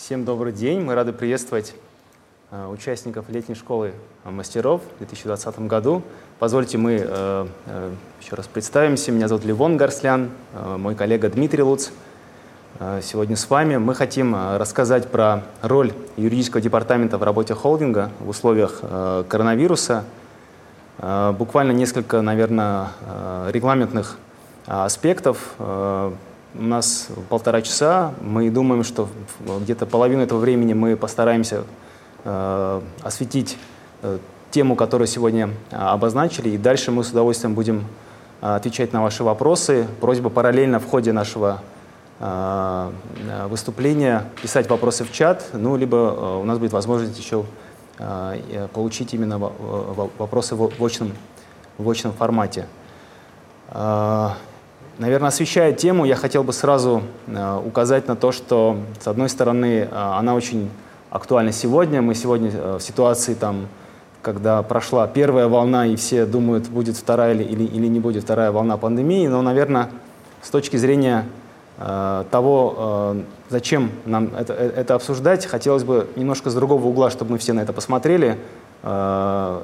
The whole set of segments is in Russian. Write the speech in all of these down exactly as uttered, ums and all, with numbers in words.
Всем добрый день. Мы рады приветствовать э, участников летней школы мастеров в две тысячи двадцатом году. Позвольте мы э, э, еще раз представимся. Меня зовут Левон Гарслян, э, мой коллега Дмитрий Луц. Э, сегодня с вами мы хотим э, рассказать про роль юридического департамента в работе холдинга в условиях э, коронавируса. Э, буквально несколько, наверное, э, регламентных э, аспектов. Э, У нас полтора часа. Мы думаем, что где-то половину этого времени мы постараемся э, осветить э, тему, которую сегодня э, обозначили. И дальше мы с удовольствием будем э, отвечать на ваши вопросы. Просьба параллельно в ходе нашего э, выступления писать вопросы в чат, ну, либо э, у нас будет возможность еще э, получить именно вопросы в очном, в очном формате. Э, Наверное, освещая тему, я хотел бы сразу э, указать на то, что, с одной стороны, э, она очень актуальна сегодня. Мы сегодня э, в ситуации, там, когда прошла первая волна, и все думают, будет вторая или, или, или не будет вторая волна пандемии. Но, наверное, с точки зрения э, того, э, зачем нам это, это обсуждать, хотелось бы немножко с другого угла, чтобы мы все на это посмотрели. Э,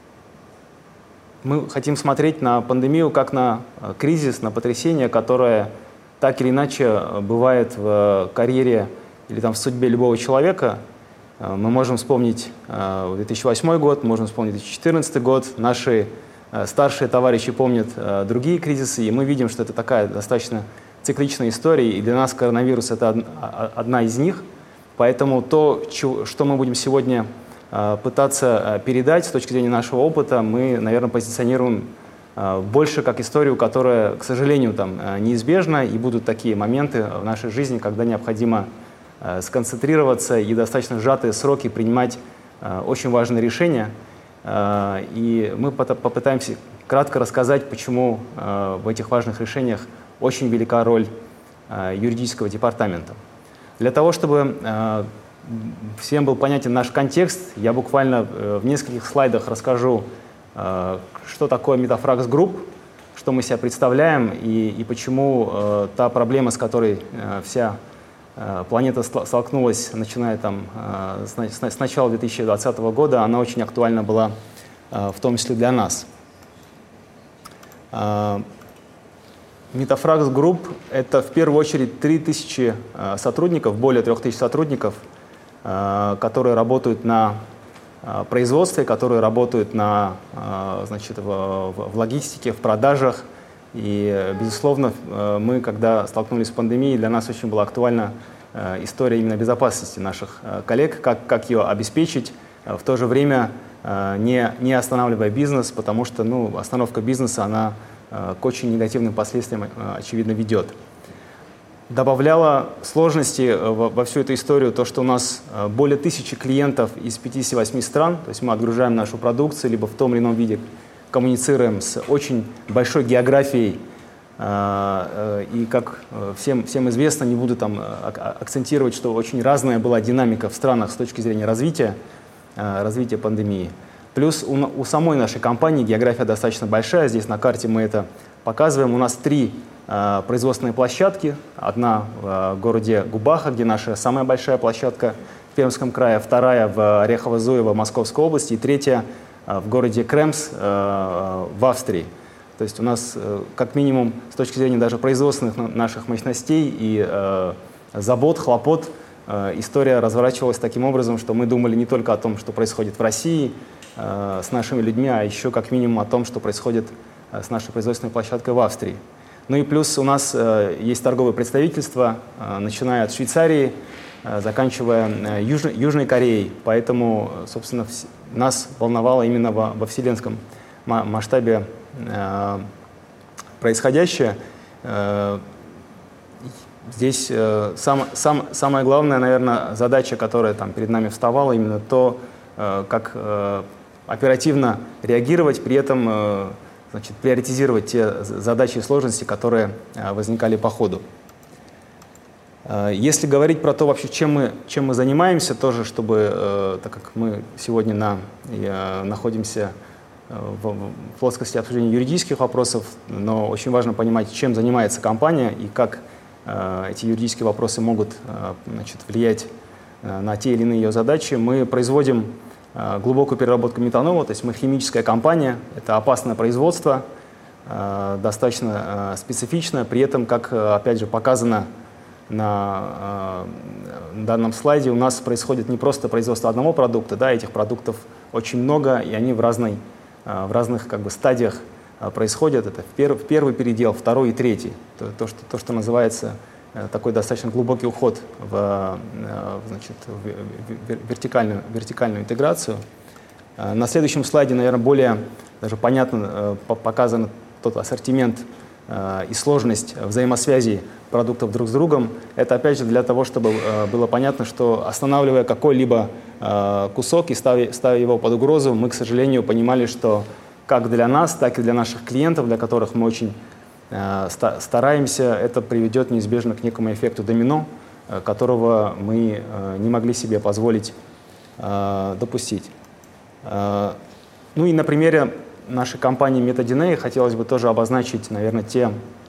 Мы хотим смотреть на пандемию как на кризис, на потрясение, которое так или иначе бывает в карьере или там, в судьбе любого человека. Мы можем вспомнить две тысячи восьмой год, можем вспомнить две тысячи четырнадцатый год. Наши старшие товарищи помнят другие кризисы, и мы видим, что это такая достаточно цикличная история, и для нас коронавирус – это одна из них. Поэтому то, что мы будем сегодня пытаться передать с точки зрения нашего опыта, мы, наверное, позиционируем больше как историю, которая, к сожалению, там, неизбежна, и будут такие моменты в нашей жизни, когда необходимо сконцентрироваться и достаточно сжатые сроки принимать очень важные решения. И мы попытаемся кратко рассказать, почему в этих важных решениях очень велика роль юридического департамента. Для того, чтобы всем был понятен наш контекст, я буквально в нескольких слайдах расскажу, что такое Metaphrax Group, что мы себя представляем и, и почему та проблема, с которой вся планета столкнулась, начиная там, с начала две тысячи двадцатого года, она очень актуальна была в том числе для нас. Metaphrax Group — это в первую очередь три тысячи сотрудников, более трех тысяч сотрудников, которые работают на производстве, которые работают на, значит, в, в логистике, в продажах. И, безусловно, мы, когда столкнулись с пандемией, для нас очень была актуальна история именно безопасности наших коллег, как, как ее обеспечить, в то же время не, не останавливая бизнес, потому что ну, остановка бизнеса, она к очень негативным последствиям, очевидно, ведет. Добавляло сложности во, во всю эту историю то, что у нас более тысячи клиентов из пятидесяти восьми стран, то есть мы отгружаем нашу продукцию, либо в том или ином виде коммуницируем с очень большой географией, и, как всем, всем известно, не буду там акцентировать, что очень разная была динамика в странах с точки зрения развития, развития пандемии. Плюс у, у самой нашей компании география достаточно большая, здесь на карте мы это показываем, у нас три производственные площадки. Одна в городе Губаха, где наша самая большая площадка в Пермском крае, вторая в Орехово-Зуево, Московской области, и третья в городе Кремс в Австрии. То есть у нас как минимум с точки зрения даже производственных наших мощностей и забот, хлопот, история разворачивалась таким образом, что мы думали не только о том, что происходит в России с нашими людьми, а еще как минимум о том, что происходит с нашей производственной площадкой в Австрии. Ну и плюс у нас э, есть торговые представительства, э, начиная от Швейцарии, э, заканчивая э, Юж, Южной Кореей. Поэтому, собственно, вс нас волновало именно во, во вселенском масштабе э, происходящее. Э, здесь э, сам, сам, самая главная, наверное, задача, которая там перед нами вставала, именно то, э, как э, оперативно реагировать, при этом э, Значит, приоритизировать те задачи и сложности, которые а, возникали по ходу. А, если говорить про то, вообще, чем мы, чем мы занимаемся, тоже, чтобы, э, так как мы сегодня на, э, находимся в, в плоскости обсуждения юридических вопросов, но очень важно понимать, чем занимается компания и как э, эти юридические вопросы могут э, значит, влиять на те или иные ее задачи. Мы производим глубокую переработку метанола, то есть мы химическая компания, это опасное производство, достаточно специфичное, при этом, как опять же показано на данном слайде, у нас происходит не просто производство одного продукта, да, этих продуктов очень много, и они в, разной, в разных как бы, стадиях происходят. Это в первый передел, второй и третий, то, то, что, то, что называется такой достаточно глубокий уход в, значит, в вертикальную, вертикальную интеграцию. На следующем слайде, наверное, более даже понятно показан тот ассортимент и сложность взаимосвязи продуктов друг с другом. Это, опять же, для того, чтобы было понятно, что останавливая какой-либо кусок и ставя, ставя его под угрозу, мы, к сожалению, понимали, что как для нас, так и для наших клиентов, для которых мы очень стараемся, это приведет неизбежно к некому эффекту домино, которого мы не могли себе позволить допустить. Ну и на примере нашей компании MetaDNA хотелось бы тоже обозначить, наверное, те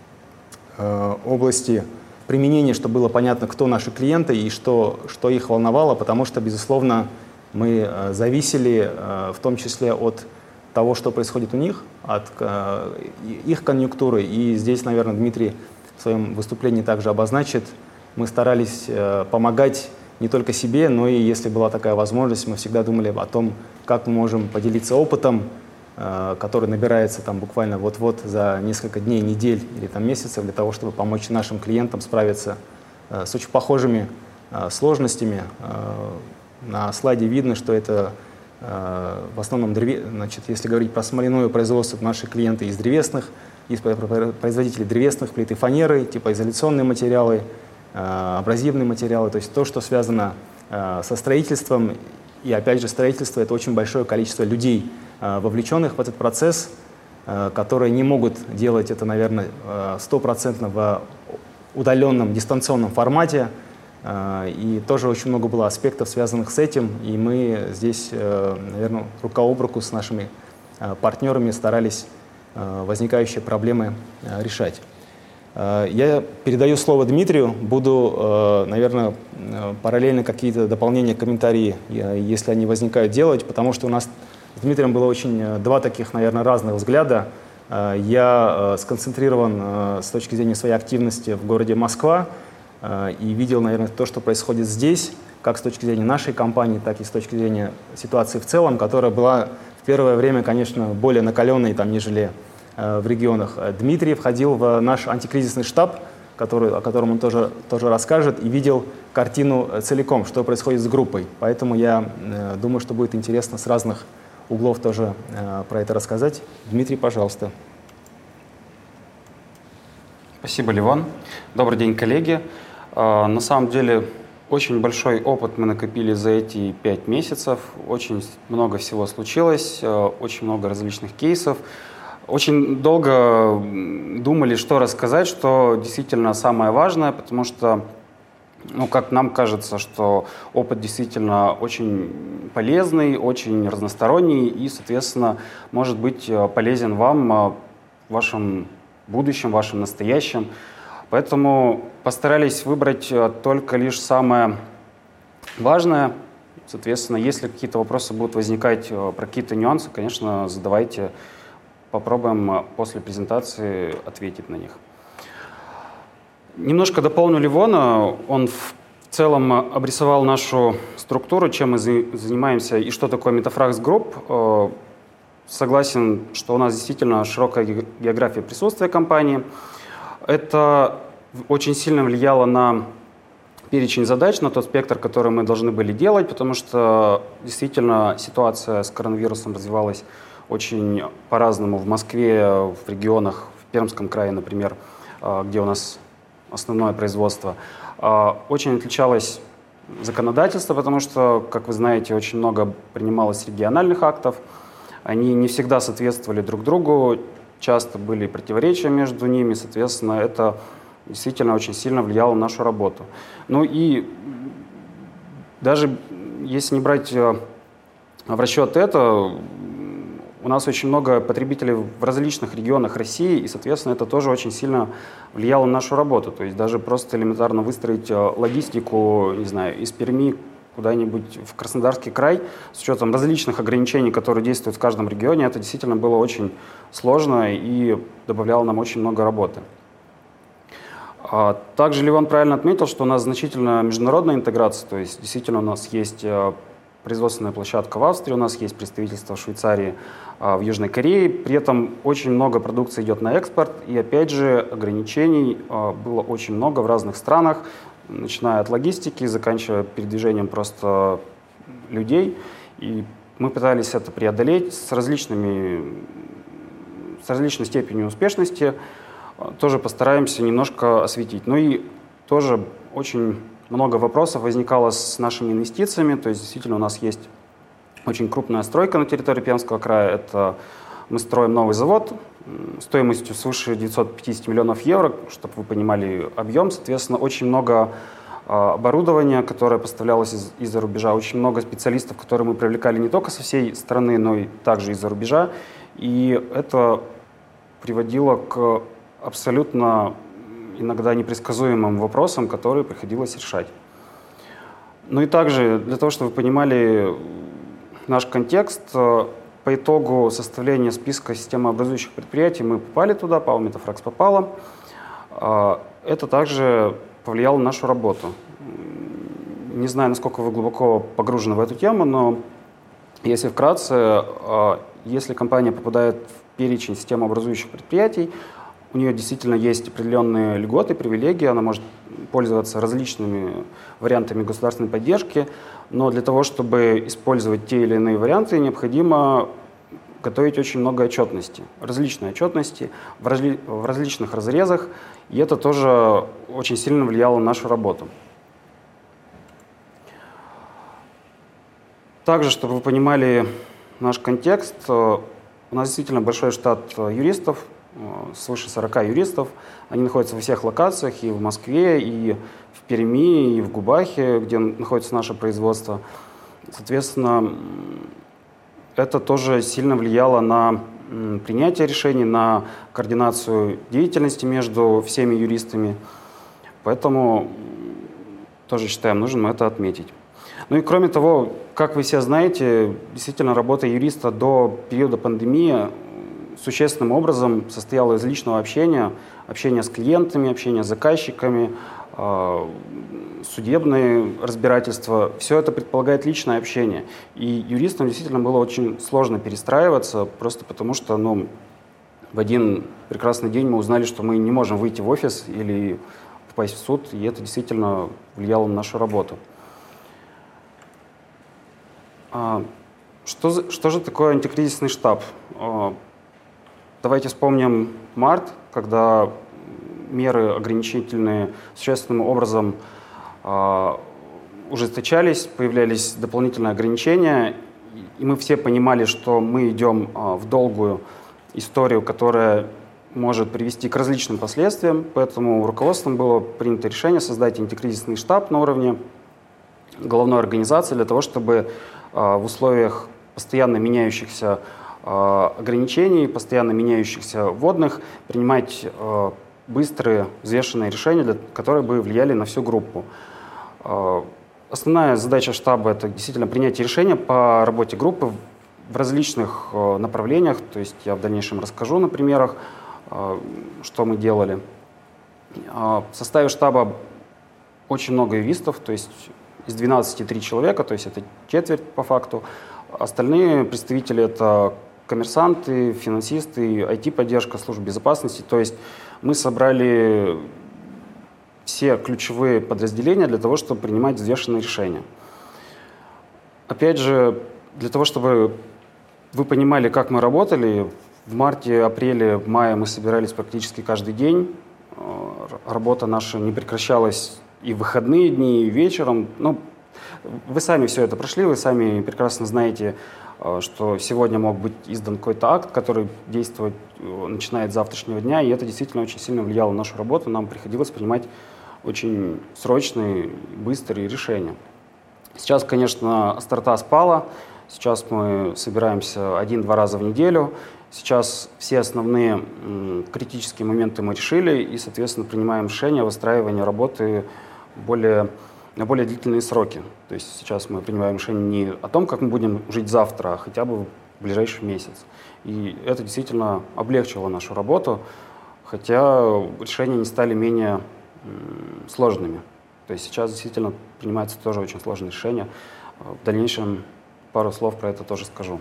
области применения, чтобы было понятно, кто наши клиенты и что, что их волновало, потому что, безусловно, мы зависели в том числе от того, что происходит у них, от э, их конъюнктуры. И здесь, наверное, Дмитрий в своем выступлении также обозначит, мы старались э, помогать не только себе, но и, если была такая возможность, мы всегда думали о том, как мы можем поделиться опытом, э, который набирается там буквально вот-вот за несколько дней, недель или там, месяцев, для того, чтобы помочь нашим клиентам справиться э, с очень похожими э, сложностями. Э, на слайде видно, что это в основном, значит, если говорить про смоляное производство, наши клиенты из древесных, из производителей древесных плит и фанеры, типа изоляционные материалы, абразивные материалы, то есть то, что связано со строительством. И опять же, строительство — это очень большое количество людей, вовлеченных в этот процесс, которые не могут делать это, наверное, стопроцентно в удаленном, дистанционном формате. И тоже очень много было аспектов, связанных с этим, и мы здесь, наверное, рука об руку с нашими партнерами старались возникающие проблемы решать. Я передаю слово Дмитрию, буду, наверное, параллельно какие-то дополнения, комментарии, если они возникают, делать, потому что у нас с Дмитрием было очень два таких, наверное, разных взгляда. Я сконцентрирован с точки зрения своей активности в городе Москва, и видел, наверное, то, что происходит здесь, как с точки зрения нашей компании, так и с точки зрения ситуации в целом, которая была в первое время, конечно, более накаленной, там, нежели э, в регионах. Дмитрий входил в наш антикризисный штаб, который, о котором он тоже, тоже расскажет, и видел картину целиком, что происходит с группой. Поэтому я э, думаю, что будет интересно с разных углов тоже э, про это рассказать. Дмитрий, пожалуйста. Спасибо, Левон. Добрый день, коллеги. На самом деле, очень большой опыт мы накопили за эти пять месяцев. Очень много всего случилось, очень много различных кейсов. Очень долго думали, что рассказать, что действительно самое важное, потому что, ну, как нам кажется, что опыт действительно очень полезный, очень разносторонний и, соответственно, может быть полезен вам в вашем будущем, в вашем настоящем. Поэтому постарались выбрать только лишь самое важное. Соответственно, если какие-то вопросы будут возникать про какие-то нюансы, конечно, задавайте. Попробуем после презентации ответить на них. Немножко дополню Левона. Он в целом обрисовал нашу структуру, чем мы занимаемся и что такое Metaphrax Group. Согласен, что у нас действительно широкая география присутствия компании. Это очень сильно влияло на перечень задач, на тот спектр, который мы должны были делать, потому что действительно ситуация с коронавирусом развивалась очень по-разному в Москве, в регионах, в Пермском крае, например, где у нас основное производство. Очень отличалось законодательство, потому что, как вы знаете, очень много принималось региональных актов. Они не всегда соответствовали друг другу, часто были противоречия между ними, соответственно, это действительно очень сильно влияло на нашу работу. Ну и даже если не брать в расчет это, у нас очень много потребителей в различных регионах России, и, соответственно, это тоже очень сильно влияло на нашу работу. То есть даже просто элементарно выстроить логистику, не знаю, из Перми куда-нибудь в Краснодарский край, с учетом различных ограничений, которые действуют в каждом регионе, это действительно было очень сложно и добавляло нам очень много работы. Также Левон правильно отметил, что у нас значительно международная интеграция, то есть действительно у нас есть производственная площадка в Австрии, у нас есть представительство в Швейцарии, в Южной Корее, при этом очень много продукции идет на экспорт, и опять же ограничений было очень много в разных странах, начиная от логистики, заканчивая передвижением просто людей, и мы пытались это преодолеть с различными, с различной степенью успешности, тоже постараемся немножко осветить. Ну и тоже очень много вопросов возникало с нашими инвестициями, то есть действительно у нас есть очень крупная стройка на территории Пермского края, это мы строим новый завод стоимостью свыше девятисот пятидесяти миллионов евро, чтобы вы понимали объем, соответственно, очень много оборудования, которое поставлялось из- из-за рубежа, очень много специалистов, которые мы привлекали не только со всей страны, но и также из-за рубежа, и это приводило к абсолютно иногда непредсказуемым вопросам, которые приходилось решать. Ну и также, для того, чтобы вы понимали наш контекст, по итогу составления списка системообразующих предприятий мы попали туда, ПАО «Метафракс» попала. Это также повлияло на нашу работу. Не знаю, насколько вы глубоко погружены в эту тему, но если вкратце, если компания попадает в перечень системообразующих предприятий, у нее действительно есть определенные льготы, привилегии, она может пользоваться различными вариантами государственной поддержки, но для того, чтобы использовать те или иные варианты, необходимо готовить очень много отчетности, различной отчетности в, разли в различных разрезах, и это тоже очень сильно влияло на нашу работу. Также, чтобы вы понимали наш контекст, у нас действительно большой штат юристов, свыше сорока юристов. Они находятся во всех локациях, и в Москве, и в Перми, и в Губахе, где находится наше производство. Соответственно, это тоже сильно влияло на принятие решений, на координацию деятельности между всеми юристами. Поэтому тоже считаем нужным это отметить. Ну и кроме того, как вы все знаете, действительно работа юриста до периода пандемии существенным образом состояла из личного общения, общения с клиентами, общения с заказчиками, судебные разбирательства. Все это предполагает личное общение. И юристам действительно было очень сложно перестраиваться, просто потому что ну, в один прекрасный день мы узнали, что мы не можем выйти в офис или попасть в суд, и это действительно влияло на нашу работу. Что, что же такое антикризисный штаб? Давайте вспомним март, когда меры ограничительные существенным образом э, ужесточались, появлялись дополнительные ограничения, и мы все понимали, что мы идем э, в долгую историю, которая может привести к различным последствиям, поэтому руководством было принято решение создать антикризисный штаб на уровне головной организации для того, чтобы э, в условиях постоянно меняющихся ограничений, постоянно меняющихся вводных, принимать э, быстрые, взвешенные решения, для, которые бы влияли на всю группу. Э, основная задача штаба – это действительно принятие решения по работе группы в различных э, направлениях, то есть я в дальнейшем расскажу на примерах, э, что мы делали. Э, в составе штаба очень много юристов, то есть из двенадцати три человека, то есть это четверть по факту. Остальные представители – это коммерсанты, финансисты, ай ти-поддержка, служба безопасности. То есть мы собрали все ключевые подразделения для того, чтобы принимать взвешенные решения. Опять же, для того, чтобы вы понимали, как мы работали, в марте, апреле, мае мы собирались практически каждый день. Работа наша не прекращалась и в выходные дни, и вечером. Ну, вы сами все это прошли, вы сами прекрасно знаете, что сегодня мог быть издан какой-то акт, который действовать начинает с завтрашнего дня, и это действительно очень сильно влияло на нашу работу. Нам приходилось принимать очень срочные, быстрые решения. Сейчас, конечно, острота спала. Сейчас мы собираемся один-два раза в неделю. Сейчас все основные м, критические моменты мы решили и, соответственно, принимаем решение о выстраивании работы более на более длительные сроки. То есть сейчас мы принимаем решение не о том, как мы будем жить завтра, а хотя бы в ближайший месяц. И это действительно облегчило нашу работу, хотя решения не стали менее м, сложными. То есть сейчас действительно принимаются тоже очень сложные решения. В дальнейшем пару слов про это тоже скажу.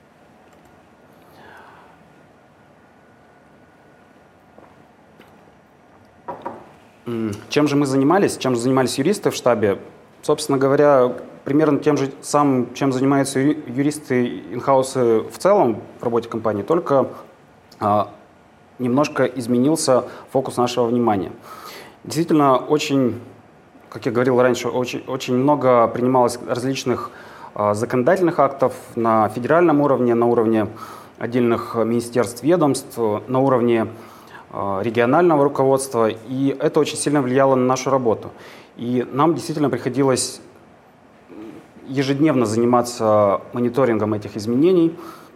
Чем же мы занимались? Чем же занимались юристы в штабе? Собственно говоря, примерно тем же самым, чем занимаются юристы инхаусы в целом в работе компании, только а, немножко изменился фокус нашего внимания. Действительно, очень, как я говорил раньше, очень, очень много принималось различных а, законодательных актов на федеральном уровне, на уровне отдельных министерств, ведомств, на уровне регионального руководства, и это очень сильно влияло на нашу работу. И нам действительно приходилось ежедневно заниматься мониторингом этих изменений,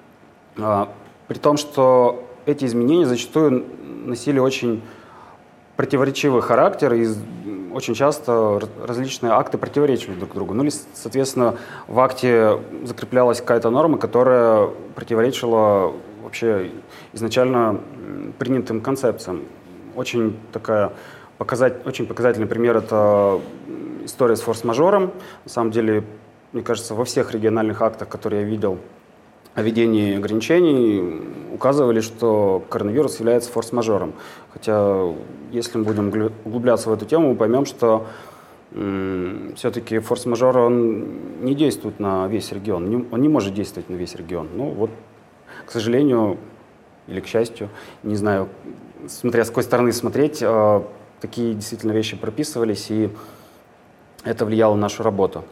при том, что эти изменения зачастую носили очень противоречивый характер, и очень часто различные акты противоречили друг другу. Ну или, соответственно, в акте закреплялась какая-то норма, которая противоречила вообще изначально принятым концепциям. Очень, такая, показать, очень показательный пример — это история с форс-мажором. На самом деле, мне кажется, во всех региональных актах, которые я видел о введении ограничений, указывали, что коронавирус является форс-мажором. Хотя, если мы будем углубляться в эту тему, мы поймем, что м- все-таки форс-мажор, он не действует на весь регион, не, он не может действовать на весь регион. Ну вот, к сожалению, или к счастью, не знаю, смотря с какой стороны смотреть, э, такие действительно вещи прописывались, и это влияло на нашу работу.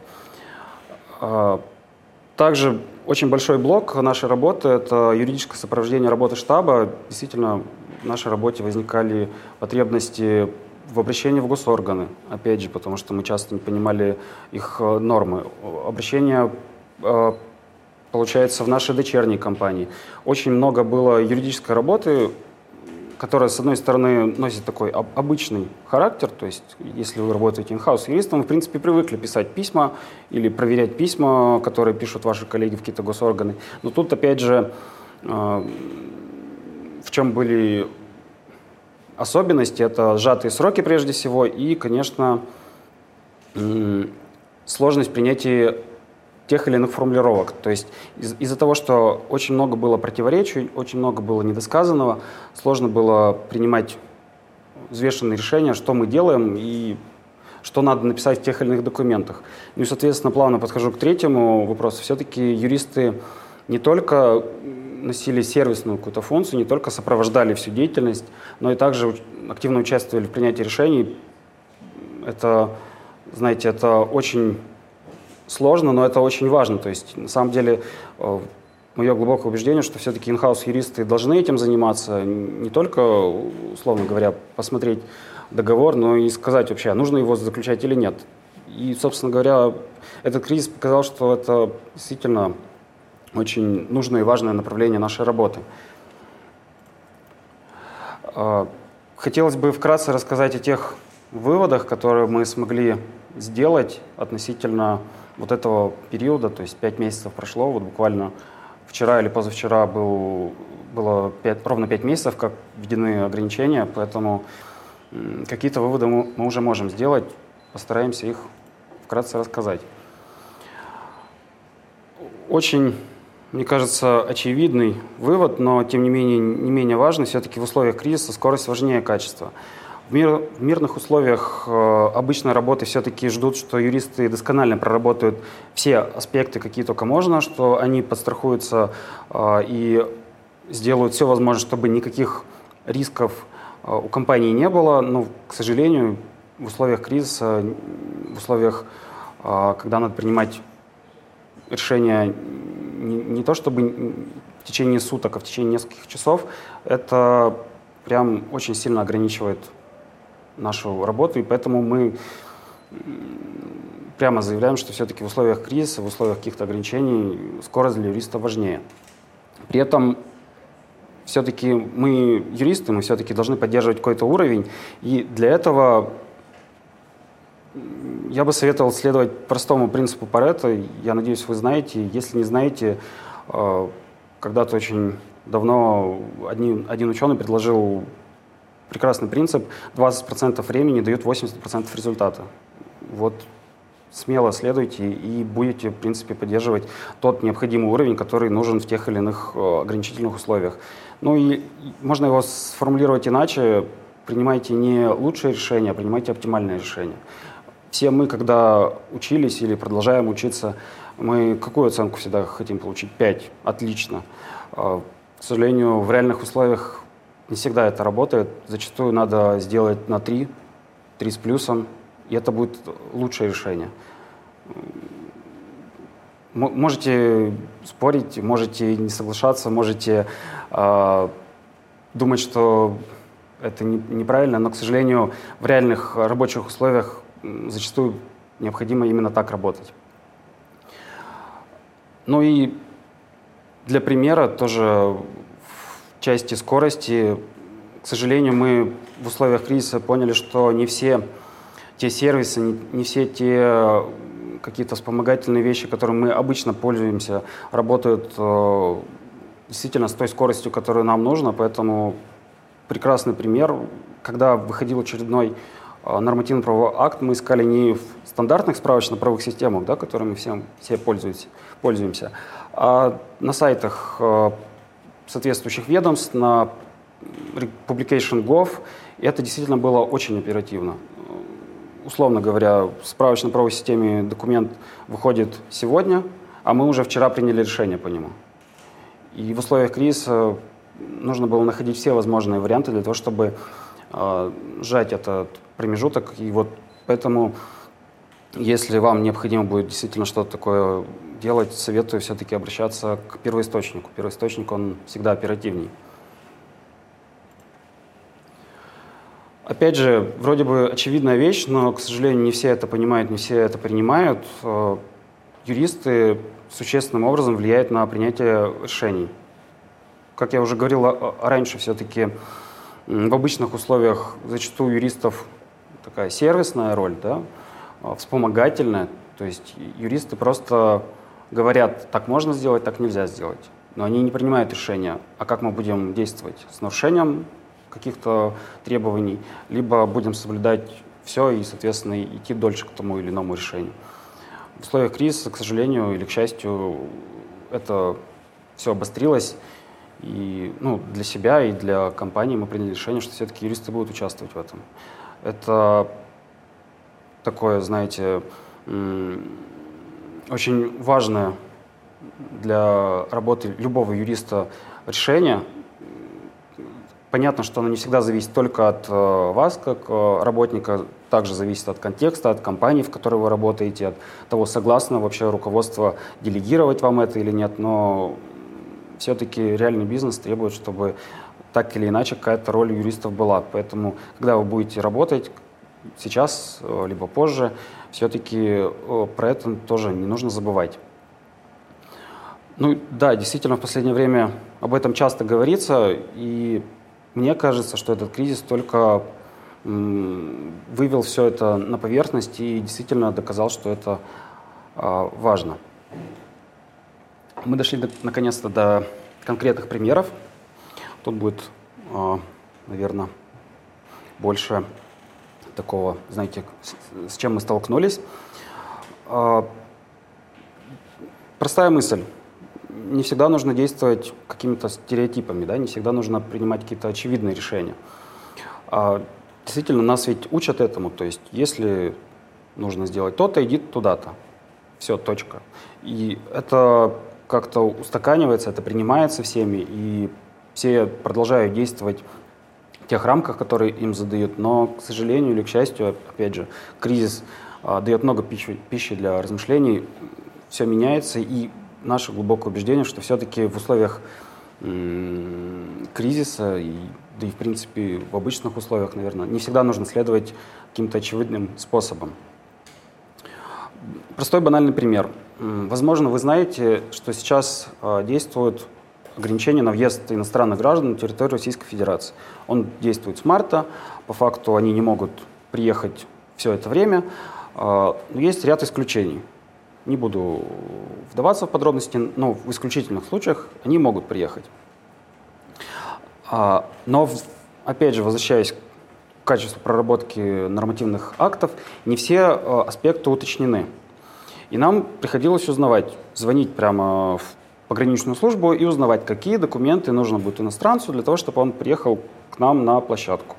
Э, также очень большой блок нашей работы — это юридическое сопровождение работы штаба. Действительно, в нашей работе возникали потребности в обращении в госорганы, опять же, потому что мы часто не понимали их э, нормы. Обращения э, получается, в нашей дочерней компании. Очень много было юридической работы, которая, с одной стороны, носит такой об- обычный характер, то есть, если вы работаете in-house юристом, вы, в принципе, привыкли писать письма или проверять письма, которые пишут ваши коллеги в какие-то госорганы. Но тут, опять же, э- в чем были особенности? Это сжатые сроки, прежде всего, и, конечно, м- сложность принятия тех или иных формулировок. То есть из- из-за того, что очень много было противоречий, очень много было недосказанного, сложно было принимать взвешенные решения, что мы делаем и что надо написать в тех или иных документах. Ну и, соответственно, плавно подхожу к третьему вопросу. Все-таки юристы не только носили сервисную какую-то функцию, не только сопровождали всю деятельность, но и также активно участвовали в принятии решений. Это, знаете, это очень сложно, но это очень важно. То есть, на самом деле, мое глубокое убеждение, что все-таки in-house юристы должны этим заниматься, не только, условно говоря, посмотреть договор, но и сказать вообще, нужно его заключать или нет. И, собственно говоря, этот кризис показал, что это действительно очень нужное и важное направление нашей работы. Хотелось бы вкратце рассказать о тех выводах, которые мы смогли сделать относительно вот этого периода, то есть пять месяцев прошло, вот буквально вчера или позавчера был, было пять, ровно пять месяцев, как введены ограничения, поэтому м, какие-то выводы мы, мы уже можем сделать, постараемся их вкратце рассказать. Очень, мне кажется, очевидный вывод, но тем не менее не менее важный, все-таки в условиях кризиса скорость важнее качества. В, мир, в мирных условиях э, обычной работы все-таки ждут, что юристы досконально проработают все аспекты, какие только можно, что они подстрахуются э, и сделают все возможное, чтобы никаких рисков э, у компании не было. Но, к сожалению, в условиях кризиса, в условиях, э, когда надо принимать решения не, не то чтобы в течение суток, а в течение нескольких часов, это прям очень сильно ограничивает нашу работу, и поэтому мы прямо заявляем, что все-таки в условиях кризиса, в условиях каких-то ограничений скорость для юриста важнее. При этом все-таки мы юристы, мы все-таки должны поддерживать какой-то уровень, и для этого Я бы советовал следовать простому принципу Парето. Я надеюсь, вы знаете. Если не знаете, когда-то очень давно один, один ученый предложил прекрасный принцип. двадцать процентов времени дают восемьдесят процентов результата. Вот смело следуйте и будете, в принципе, поддерживать тот необходимый уровень, который нужен в тех или иных ограничительных условиях. Ну и можно его сформулировать иначе. Принимайте не лучшее решение, а принимайте оптимальное решение. Все мы, когда учились или продолжаем учиться, мы какую оценку всегда хотим получить? пять. Отлично. К сожалению, в реальных условиях не всегда это работает. Зачастую надо сделать на три, три с плюсом, и это будет лучшее решение. Можете спорить, можете не соглашаться, можете э, думать, что это не, неправильно, но, к сожалению, в реальных рабочих условиях зачастую необходимо именно так работать. Ну и для примера тоже в части скорости, к сожалению, мы в условиях кризиса поняли, что не все те сервисы, не, не все те какие-то вспомогательные вещи, которыми мы обычно пользуемся, работают э, действительно с той скоростью, которую нам нужно. Поэтому прекрасный пример. Когда выходил очередной э, нормативно-правовой акт, мы искали не в стандартных справочно-правовых системах, да, которыми всем, все пользуются, пользуемся, а на сайтах э, соответствующих ведомств, на Publication точка gov. И это действительно было очень оперативно. Условно говоря, в справочно-правовой системе документ выходит сегодня, а мы уже вчера приняли решение по нему. И в условиях кризиса нужно было находить все возможные варианты для того, чтобы э, сжать этот промежуток. И вот поэтому, если вам необходимо будет действительно что-то такое делать, советую все-таки обращаться к первоисточнику. Первоисточник, он всегда оперативней. Опять же, вроде бы очевидная вещь, но, к сожалению, не все это понимают, не все это принимают. Юристы существенным образом влияют на принятие решений. Как я уже говорил раньше, все-таки в обычных условиях зачастую у юристов такая сервисная роль, да, вспомогательная. То есть юристы просто говорят, так можно сделать, так нельзя сделать. Но они не принимают решения, а как мы будем действовать с нарушением каких-то требований, либо будем соблюдать все и, соответственно, идти дольше к тому или иному решению. В условиях кризиса, к сожалению или к счастью, это все обострилось. И ну, для себя и для компании мы приняли решение, что все-таки юристы будут участвовать в этом. Это такое, знаете, очень важное для работы любого юриста решение. Понятно, что оно не всегда зависит только от э, вас, как э, работника, также зависит от контекста, от компании, в которой вы работаете, от того, согласно вообще руководство делегировать вам это или нет, но все-таки реальный бизнес требует, чтобы так или иначе какая-то роль у юристов была. Поэтому, когда вы будете работать сейчас, э, либо позже, все-таки э, про это тоже не нужно забывать. Ну да, действительно, в последнее время об этом часто говорится, и мне кажется, что этот кризис только м, вывел все это на поверхность и действительно доказал, что это э, важно. Мы дошли до, наконец-то до конкретных примеров. Тут будет, э, наверное, больше такого, знаете, с, с чем мы столкнулись. Э, простая мысль. Не всегда нужно действовать какими-то стереотипами, да? Не всегда нужно принимать какие-то очевидные решения. А, действительно, нас ведь учат этому. То есть, если нужно сделать то-то, иди туда-то. Все, точка. И это как-то устаканивается, это принимается всеми, и все продолжают действовать в тех рамках, которые им задают. Но, к сожалению или к счастью, опять же, кризис а, дает много пищи, пищи для размышлений, все меняется, и наше глубокое убеждение, что все-таки в условиях м- кризиса, и, да и в принципе в обычных условиях, наверное, не всегда нужно следовать каким-то очевидным способам. Простой банальный пример. Возможно, вы знаете, что сейчас э, действуют ограничения на въезд иностранных граждан на территорию Российской Федерации. Он действует с марта, по факту они не могут приехать все это время. Но есть ряд исключений. Не буду вдаваться в подробности, но в исключительных случаях они могут приехать. Но, опять же, возвращаясь к качеству проработки нормативных актов, не все аспекты уточнены. И нам приходилось узнавать, звонить прямо в пограничную службу и узнавать, какие документы нужно будет иностранцу для того, чтобы он приехал к нам на площадку.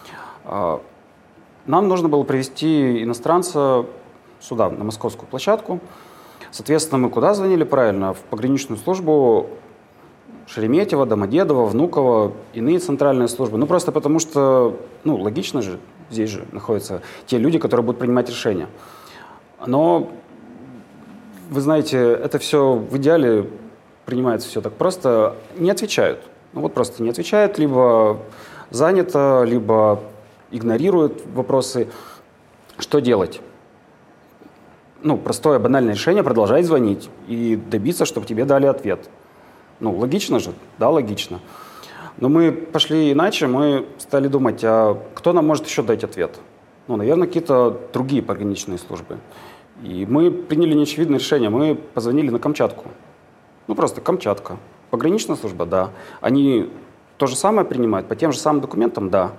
Нам нужно было привезти иностранца сюда, на московскую площадку. Соответственно, мы куда звонили правильно? В пограничную службу Шереметьево, Домодедово, Внуково, иные центральные службы. Ну, просто потому что, ну, логично же, здесь же находятся те люди, которые будут принимать решения. Но, вы знаете, это все в идеале принимается все так просто. Не отвечают. Ну, вот просто не отвечают, либо занято, либо игнорируют вопросы. Что делать? Ну, простое, банальное решение — продолжать звонить и добиться, чтобы тебе дали ответ. Ну, логично же? Да, логично. Но мы пошли иначе, мы стали думать, а кто нам может еще дать ответ? Ну, наверное, какие-то другие пограничные службы. И мы приняли неочевидное решение, мы позвонили на Камчатку. Ну, просто Камчатка. Пограничная служба? Да. Они то же самое принимают, по тем же самым документам? Да.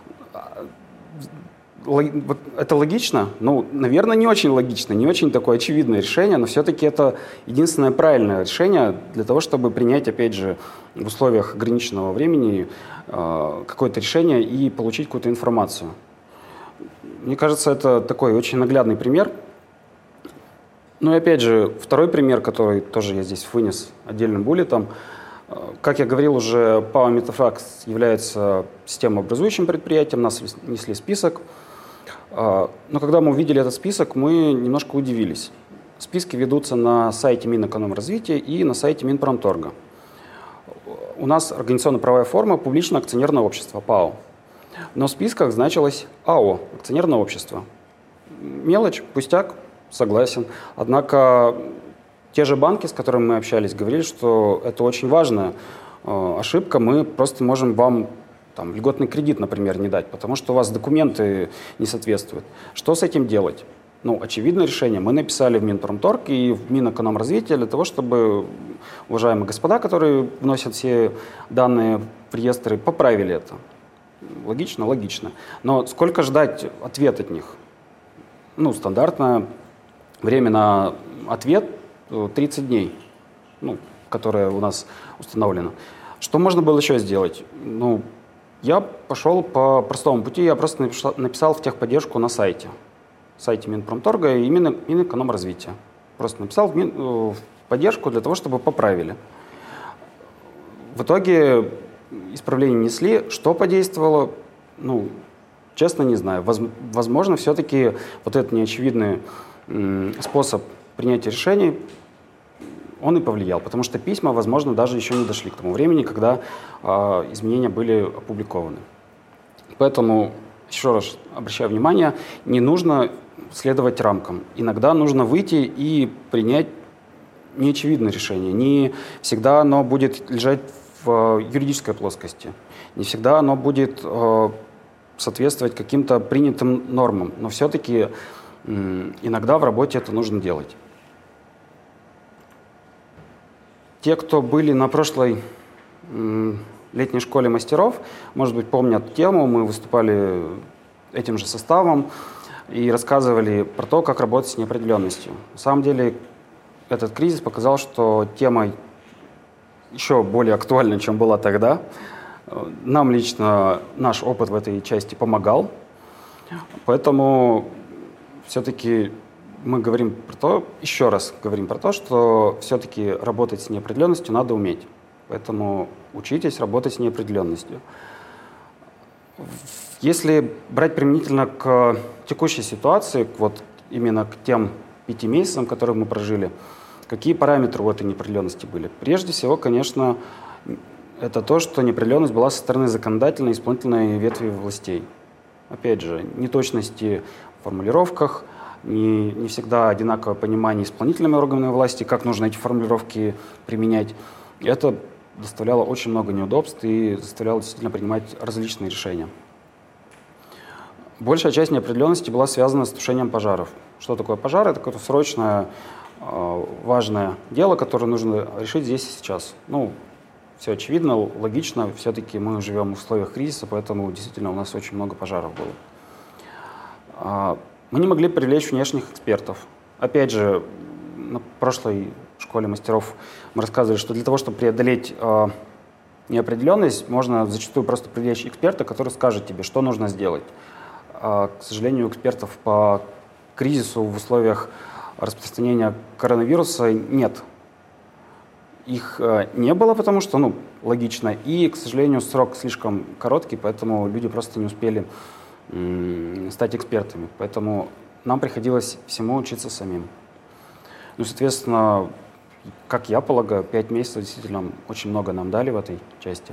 Это логично? Ну, наверное, не очень логично, не очень такое очевидное решение, но все-таки это единственное правильное решение для того, чтобы принять, опять же, в условиях ограниченного времени э, какое-то решение и получить какую-то информацию. Мне кажется, это такой очень наглядный пример. Ну и опять же, второй пример, который тоже я здесь вынес отдельным буллетом. Как я говорил уже, ПАО «Метафракс» является системообразующим предприятием, нас внесли список. Но когда мы увидели этот список, мы немножко удивились. Списки ведутся на сайте Минэкономразвития и на сайте Минпромторга. У нас организационно-правовая форма публичное акционерное общество, ПАО. Но в списках значилось АО, акционерное общество. Мелочь, пустяк, согласен. Однако те же банки, с которыми мы общались, говорили, что это очень важная э, ошибка. Мы просто можем вам там, льготный кредит, например, не дать, потому что у вас документы не соответствуют. Что с этим делать? Ну, очевидное решение. Мы написали в Минпромторг и в Минэкономразвитие для того, чтобы уважаемые господа, которые вносят все данные в реестры, поправили это. Логично? Логично. Но сколько ждать ответ от них? Ну, стандартное время на ответ тридцать дней, ну, которое у нас установлено. Что можно было еще сделать? Ну, я пошел по простому пути, я просто написал, написал в техподдержку на сайте. Сайте Минпромторга и Минэкономразвития. Просто написал в, Мин, в поддержку для того, чтобы поправили. В итоге исправления несли. Что подействовало? Ну, честно, не знаю. Возможно, все-таки вот этот неочевидный способ принятия решений, он и повлиял, потому что письма, возможно, даже еще не дошли к тому времени, когда э, изменения были опубликованы. Поэтому, еще раз обращаю внимание, не нужно следовать рамкам. Иногда нужно выйти и принять неочевидное решение. Не всегда оно будет лежать в э, юридической плоскости, не всегда оно будет э, соответствовать каким-то принятым нормам, но все-таки э, иногда в работе это нужно делать. Те, кто были на прошлой м, летней школе мастеров, может быть, помнят тему. Мы выступали этим же составом и рассказывали про то, как работать с неопределенностью. На самом деле, этот кризис показал, что тема еще более актуальна, чем была тогда. Нам лично наш опыт в этой части помогал. Поэтому все-таки мы говорим про то, еще раз говорим про то, что все-таки работать с неопределенностью надо уметь. Поэтому учитесь работать с неопределенностью. Если брать применительно к текущей ситуации, вот именно к тем пяти месяцам, которые мы прожили, какие параметры у этой неопределенности были? Прежде всего, конечно, это то, что неопределенность была со стороны законодательной и исполнительной ветви властей. Опять же, неточности в формулировках, Не, не всегда одинаковое понимание исполнительными органами власти, как нужно эти формулировки применять. И это доставляло очень много неудобств и заставляло действительно принимать различные решения. Большая часть неопределенности была связана с тушением пожаров. Что такое пожар? Это какое-то срочное, важное дело, которое нужно решить здесь и сейчас. Ну, все очевидно, логично. Все-таки мы живем в условиях кризиса, поэтому действительно у нас очень много пожаров было. Мы не могли привлечь внешних экспертов. Опять же, на прошлой школе мастеров мы рассказывали, что для того, чтобы преодолеть э, неопределенность, можно зачастую просто привлечь эксперта, который скажет тебе, что нужно сделать. А, к сожалению, экспертов по кризису в условиях распространения коронавируса нет. Их э, не было, потому что, ну, логично, и, к сожалению, срок слишком короткий, поэтому люди просто не успели м- стать экспертами. Поэтому нам приходилось всему учиться самим. Ну, соответственно, как я полагаю, пять месяцев действительно очень много нам дали в этой части.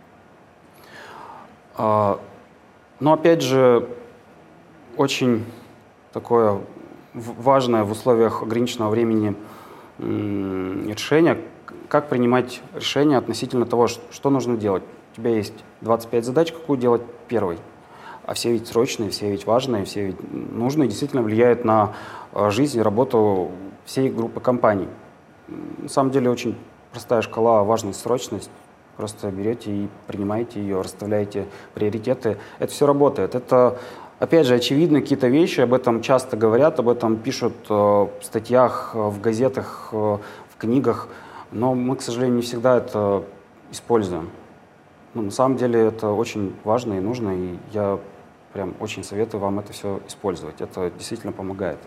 Но, опять же, очень такое важное в условиях ограниченного времени решение, как принимать решение относительно того, что нужно делать. У тебя есть двадцать пять задач, какую делать первой. А все ведь срочные, все ведь важные, все ведь нужные, действительно влияют на жизнь и работу всей группы компаний. На самом деле очень простая шкала важность, срочность. Просто берете и принимаете ее, расставляете приоритеты. Это все работает. Это, опять же, очевидно какие-то вещи, об этом часто говорят, об этом пишут в статьях, в газетах, в книгах. Но мы, к сожалению, не всегда это используем. Но на самом деле это очень важно и нужно, и я прям очень советую вам это все использовать. Это действительно помогает.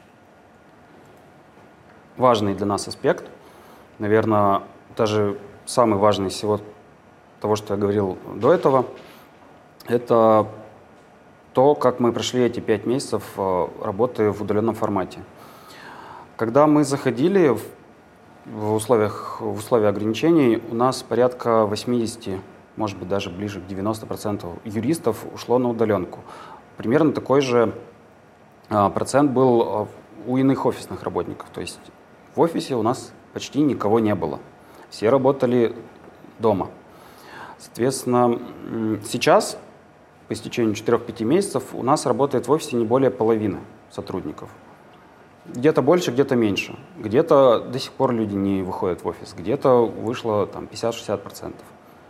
Важный для нас аспект, наверное, даже самый важный из всего того, что я говорил до этого, это то, как мы прошли эти пять месяцев работы в удаленном формате. Когда мы заходили в, в, условиях, в условия ограничений, у нас порядка восемьдесят, может быть, даже ближе к девяноста процентам юристов ушло на удаленку. Примерно такой же процент был у иных офисных работников. То есть в офисе у нас почти никого не было. Все работали дома. Соответственно, сейчас, по истечению четырёх-пяти месяцев, у нас работает в офисе не более половины сотрудников. Где-то больше, где-то меньше. Где-то до сих пор люди не выходят в офис, где-то вышло там, пятьдесят-шестьдесят процентов.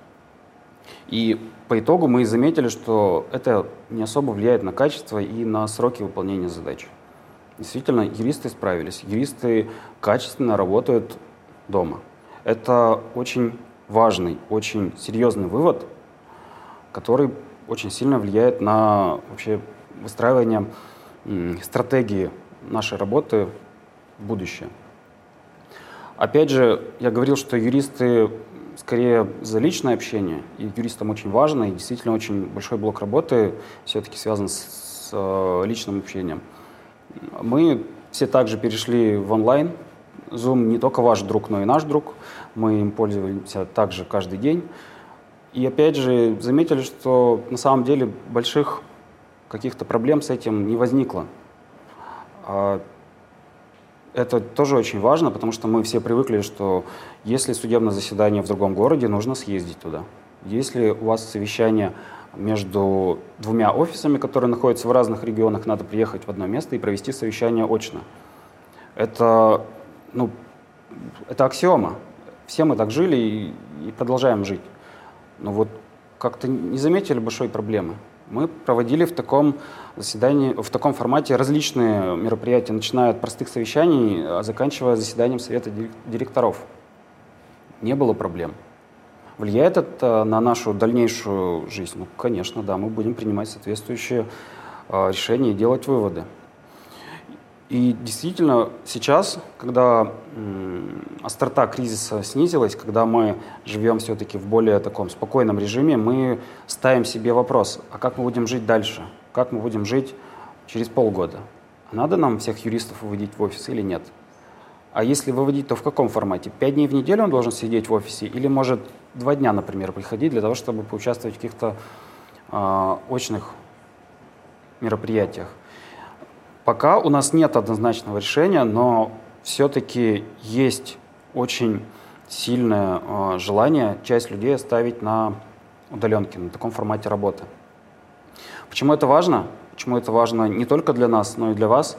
И по итогу мы заметили, что это не особо влияет на качество и на сроки выполнения задач. Действительно, юристы справились. Юристы качественно работают дома. Это очень важный, очень серьезный вывод, который очень сильно влияет на вообще выстраивание м, стратегии нашей работы в будущее. Опять же, я говорил, что юристы скорее за личное общение, и юристам очень важно, и действительно очень большой блок работы все-таки связан с, с личным общением. Мы все также перешли в онлайн. Zoom не только ваш друг, но и наш друг. Мы им пользуемся также каждый день. И опять же заметили, что на самом деле больших каких-то проблем с этим не возникло. Это тоже очень важно, потому что мы все привыкли, что если судебное заседание в другом городе, нужно съездить туда. Если у вас совещание между двумя офисами, которые находятся в разных регионах, надо приехать в одно место и провести совещание очно. Это, ну, это аксиома. Все мы так жили и, и продолжаем жить. Но вот как-то не заметили большой проблемы. Мы проводили в таком заседании, в таком формате различные мероприятия, начиная от простых совещаний, а заканчивая заседанием совета директоров. Не было проблем. Влияет это на нашу дальнейшую жизнь? Ну, конечно, да, мы будем принимать соответствующие э, решения и делать выводы. И действительно, сейчас, когда м, острота кризиса снизилась, когда мы живем все-таки в более таком спокойном режиме, мы ставим себе вопрос, а как мы будем жить дальше? Как мы будем жить через полгода? Надо нам всех юристов выводить в офис или нет? А если выводить, то в каком формате? Пять дней в неделю он должен сидеть в офисе? Или, может, два дня, например, приходить для того, чтобы поучаствовать в каких-то э, очных мероприятиях? Пока у нас нет однозначного решения, но все-таки есть очень сильное э, желание часть людей оставить на удаленке, на таком формате работы. Почему это важно? Почему это важно не только для нас, но и для вас?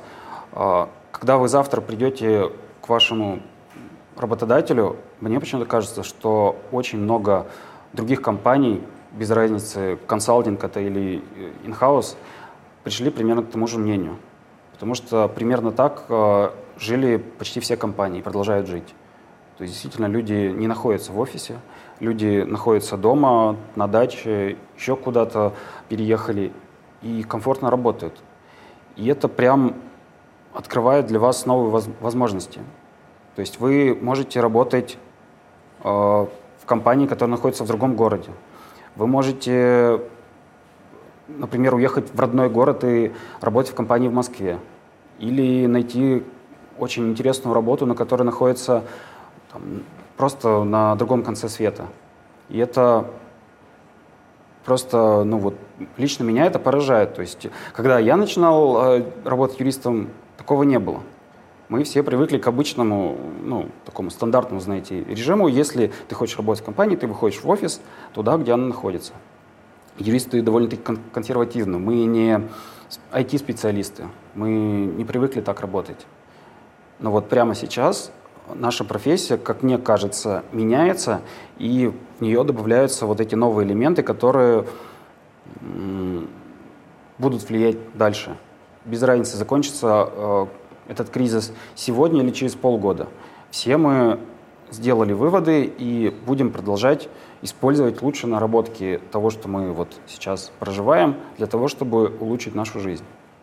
Когда вы завтра придете к вашему работодателю, мне почему-то кажется, что очень много других компаний, без разницы, консалтинг это или in-house, пришли примерно к тому же мнению. Потому что примерно так э, жили почти все компании и продолжают жить. То есть действительно люди не находятся в офисе, люди находятся дома, на даче, еще куда-то переехали и комфортно работают. И это прям открывает для вас новые воз- возможности. То есть вы можете работать э, в компании, которая находится в другом городе. Вы можете, например, уехать в родной город и работать в компании в Москве. Или найти очень интересную работу, на которой находится там, просто на другом конце света. И это просто, ну вот, лично меня это поражает. То есть, когда я начинал э, работать юристом, такого не было. Мы все привыкли к обычному, ну, такому стандартному, знаете, режиму. Если ты хочешь работать в компании, ты выходишь в офис туда, где она находится. Юристы довольно-таки кон- консервативны. Мы не ай ти-специалисты. Мы не привыкли так работать. Но вот прямо сейчас наша профессия, как мне кажется, меняется, и в нее добавляются вот эти новые элементы, которые м- будут влиять дальше. Без разницы, закончится э, этот кризис сегодня или через полгода. Все мы сделали выводы и будем продолжать использовать лучшие наработки того, что мы вот сейчас проживаем, для того, чтобы улучшить нашу жизнь.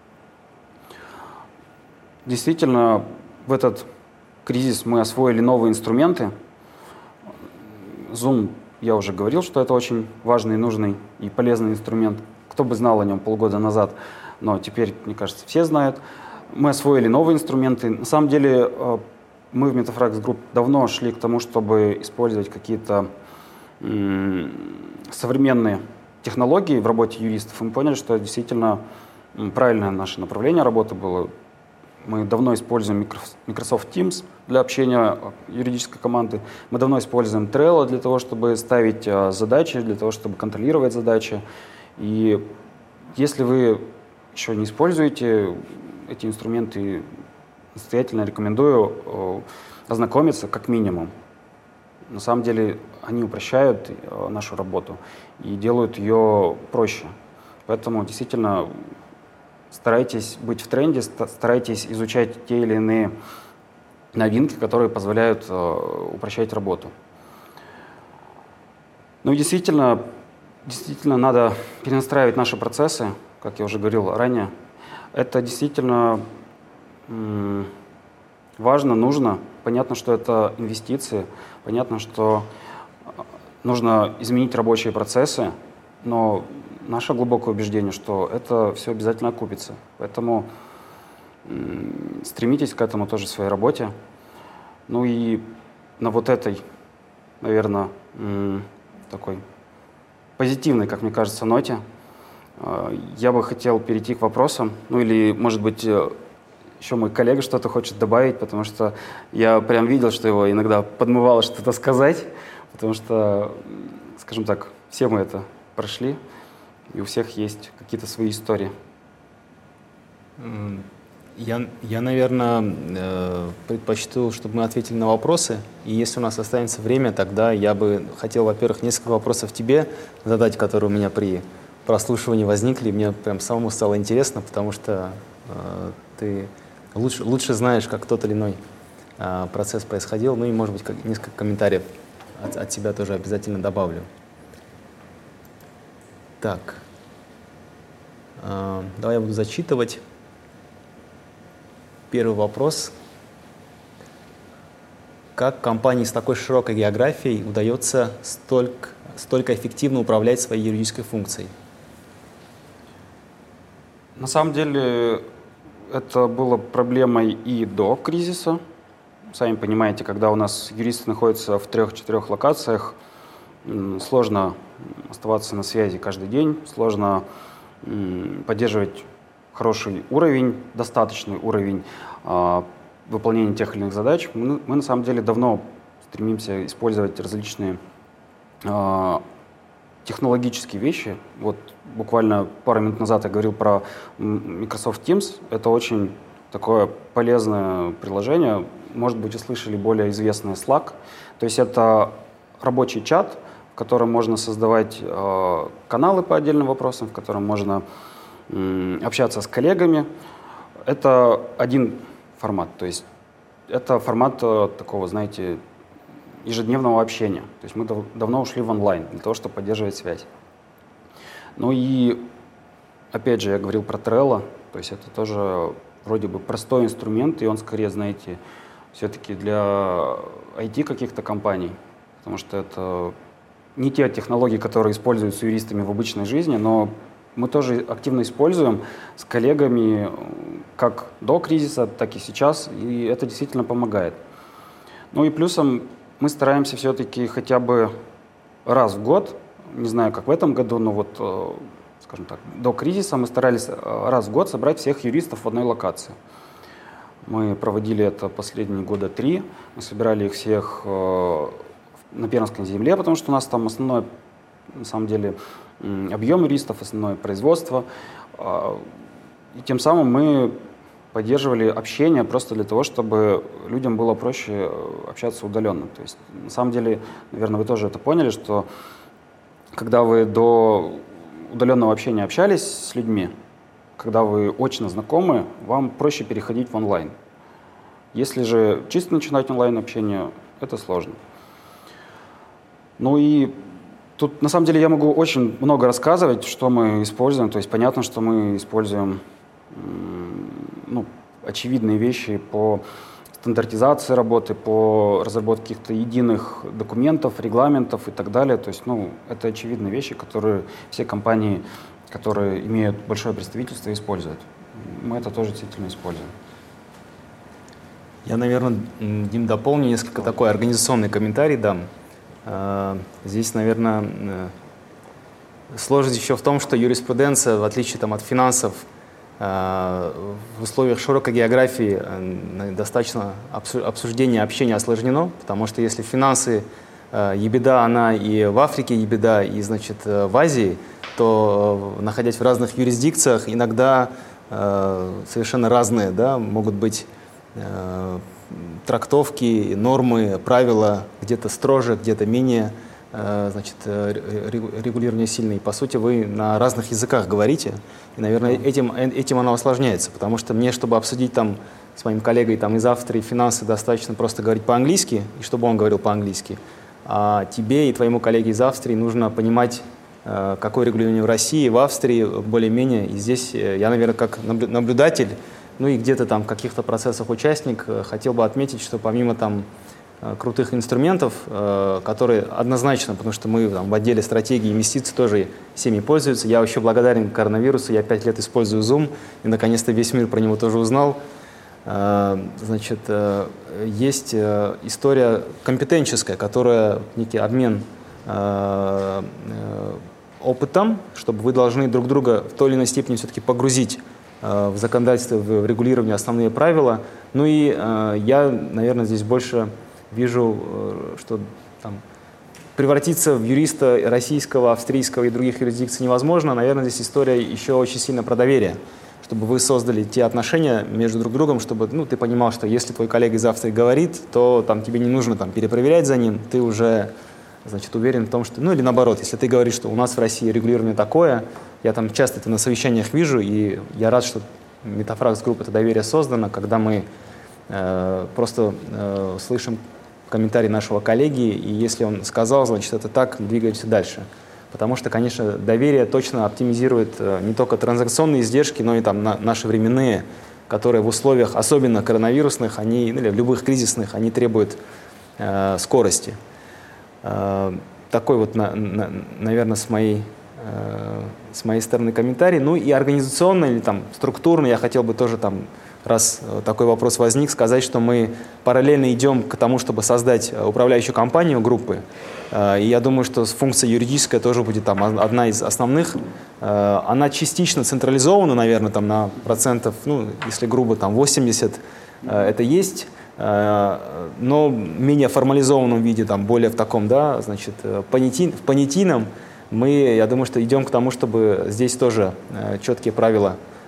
Действительно, в этот кризис мы освоили новые инструменты. Zoom, я уже говорил, что это очень важный, нужный и полезный инструмент. Кто бы знал о нем полгода назад, но теперь, мне кажется, все знают. Мы освоили новые инструменты. На самом деле, мы в Metaphrax Group давно шли к тому, чтобы использовать какие-то м- современные технологии в работе юристов. И мы поняли, что это действительно правильное наше направление работы было. Мы давно используем Microsoft Teams для общения юридической команды. Мы давно используем Trello для того, чтобы ставить задачи, для того, чтобы контролировать задачи. И если вы еще не используете эти инструменты, настоятельно рекомендую ознакомиться как минимум. На самом деле они упрощают нашу работу и делают ее проще. Поэтому действительно старайтесь быть в тренде, старайтесь изучать те или иные новинки, которые позволяют упрощать работу. Ну и действительно, действительно надо перенастраивать наши процессы, как я уже говорил ранее. Это действительно м- важно, нужно. Понятно, что это инвестиции, понятно, что нужно изменить рабочие процессы, но наше глубокое убеждение, что это все обязательно окупится. Поэтому м- стремитесь к этому тоже в своей работе. Ну и на вот этой, наверное, м- такой позитивной, как мне кажется, ноте я бы хотел перейти к вопросам. Ну или, может быть, еще мой коллега что-то хочет добавить, потому что я прям видел, что его иногда подмывало что-то сказать, потому что, скажем так, все мы это прошли, и у всех есть какие-то свои истории. Я, я, наверное, предпочту, чтобы мы ответили на вопросы. И если у нас останется время, тогда я бы хотел, во-первых, несколько вопросов тебе задать, которые у меня при прослушивании возникли. И мне прям самому стало интересно, потому что э, ты лучше, лучше знаешь, как тот или иной э, процесс происходил. Ну и, может быть, как, несколько комментариев от, от тебя тоже обязательно добавлю. Так. Э, давай я буду зачитывать. Первый вопрос. Как компании с такой широкой географией удается столько, столько эффективно управлять своей юридической функцией? На самом деле это было проблемой и до кризиса. Сами понимаете, когда у нас юристы находятся в трех-четырех локациях, сложно оставаться на связи каждый день, сложно поддерживать хороший уровень, достаточный уровень э, выполнения тех или иных задач. Мы, мы на самом деле давно стремимся использовать различные э, технологические вещи. Вот буквально пару минут назад я говорил про Microsoft Teams. Это очень такое полезное приложение. Может быть, вы слышали более известное Slack. То есть это рабочий чат, в котором можно создавать э, каналы по отдельным вопросам, в котором можно э, общаться с коллегами. Это один формат. То есть это формат э, такого, знаете, ежедневного общения. То есть мы дав- давно ушли в онлайн для того, чтобы поддерживать связь. Ну и, опять же, я говорил про Trello. То есть это тоже вроде бы простой инструмент, и он скорее, знаете, все-таки для ай ти каких-то компаний, потому что это не те технологии, которые используются юристами в обычной жизни, но мы тоже активно используем с коллегами как до кризиса, так и сейчас, и это действительно помогает. Ну и плюсом мы стараемся все-таки хотя бы раз в год, не знаю, как в этом году, но вот, скажем так, до кризиса мы старались раз в год собрать всех юристов в одной локации. Мы проводили это последние года три, мы собирали их всех на Пермской земле, потому что у нас там основной, на самом деле, объем юристов, основное производство. И тем самым мы поддерживали общение просто для того, чтобы людям было проще общаться удаленно. То есть, на самом деле, наверное, вы тоже это поняли, что когда вы до удаленного общения общались с людьми, когда вы очно знакомы, вам проще переходить в онлайн. Если же чисто начинать онлайн-общение, это сложно. Ну и тут, на самом деле, я могу очень много рассказывать, что мы используем. То есть понятно, что мы используем ну, очевидные вещи по стандартизации работы, по разработке каких-то единых документов, регламентов и так далее. То есть, ну, это очевидные вещи, которые все компании, которые имеют большое представительство, используют. Мы это тоже действительно используем. Я, наверное, Дим, дополню несколько такой организационный комментарий дам. Здесь, наверное, сложность еще в том, что юриспруденция, в отличие там, от финансов, в условиях широкой географии достаточно обсуждение, общение осложнено, потому что если финансы, ебеда, она и в Африке ебеда, и, значит, в Азии, то, находясь в разных юрисдикциях, иногда совершенно разные, да, могут быть трактовки, нормы, правила где-то строже, где-то менее, значит, регулирование сильное. И, по сути, вы на разных языках говорите, и, наверное, этим, этим оно осложняется, потому что мне, чтобы обсудить там с моим коллегой там, из Австрии финансы, достаточно просто говорить по-английски, и чтобы он говорил по-английски. А тебе и твоему коллеге из Австрии нужно понимать, какое регулирование в России, в Австрии более-менее. И здесь я, наверное, как наблюдатель, ну и где-то там в каких-то процессах участник, хотел бы отметить, что помимо там крутых инструментов, которые однозначно, потому что мы там в отделе стратегии инвестиций тоже всеми пользуются. Я еще благодарен коронавирусу, я пять лет использую Zoom, и наконец-то весь мир про него тоже узнал. Значит, есть история компетенческая, которая некий обмен опытом, чтобы вы должны друг друга в той или иной степени все-таки погрузить в законодательство, в регулирование основные правила. Ну и э, я, наверное, здесь больше вижу, э, что там, превратиться в юриста российского, австрийского и других юрисдикций невозможно. Наверное, здесь история еще очень сильно про доверие, чтобы вы создали те отношения между друг другом, чтобы ну, ты понимал, что если твой коллега из Австрии говорит, то там, тебе не нужно там, перепроверять за ним, ты уже значит, уверен в том, что... Ну или наоборот, если ты говоришь, что у нас в России регулирование такое, я там часто это на совещаниях вижу, и я рад, что Метафракс Групп это доверие создано, когда мы э, просто э, слышим комментарий нашего коллеги, и если он сказал, значит, это так, двигаемся дальше. Потому что, конечно, доверие точно оптимизирует э, не только транзакционные издержки, но и там на, наши временные, которые в условиях, особенно коронавирусных, они, ну, или любых кризисных, они требуют э, скорости. Такой вот, на, на, наверное, с моей, э, с моей стороны комментарий. Ну и организационно или там структурно я хотел бы тоже там, раз такой вопрос возник, сказать, что мы параллельно идем к тому, чтобы создать управляющую компанию группы. Э, и я думаю, что функция юридическая тоже будет там одна из основных. Э, она частично централизована, наверное, там на процентов, ну, если грубо, там восемьдесят э, это есть. Но в менее формализованном виде, там, более в таком, да, значит, понятий, в понятийном, мы, я думаю, что идем к тому, чтобы здесь тоже четкие правила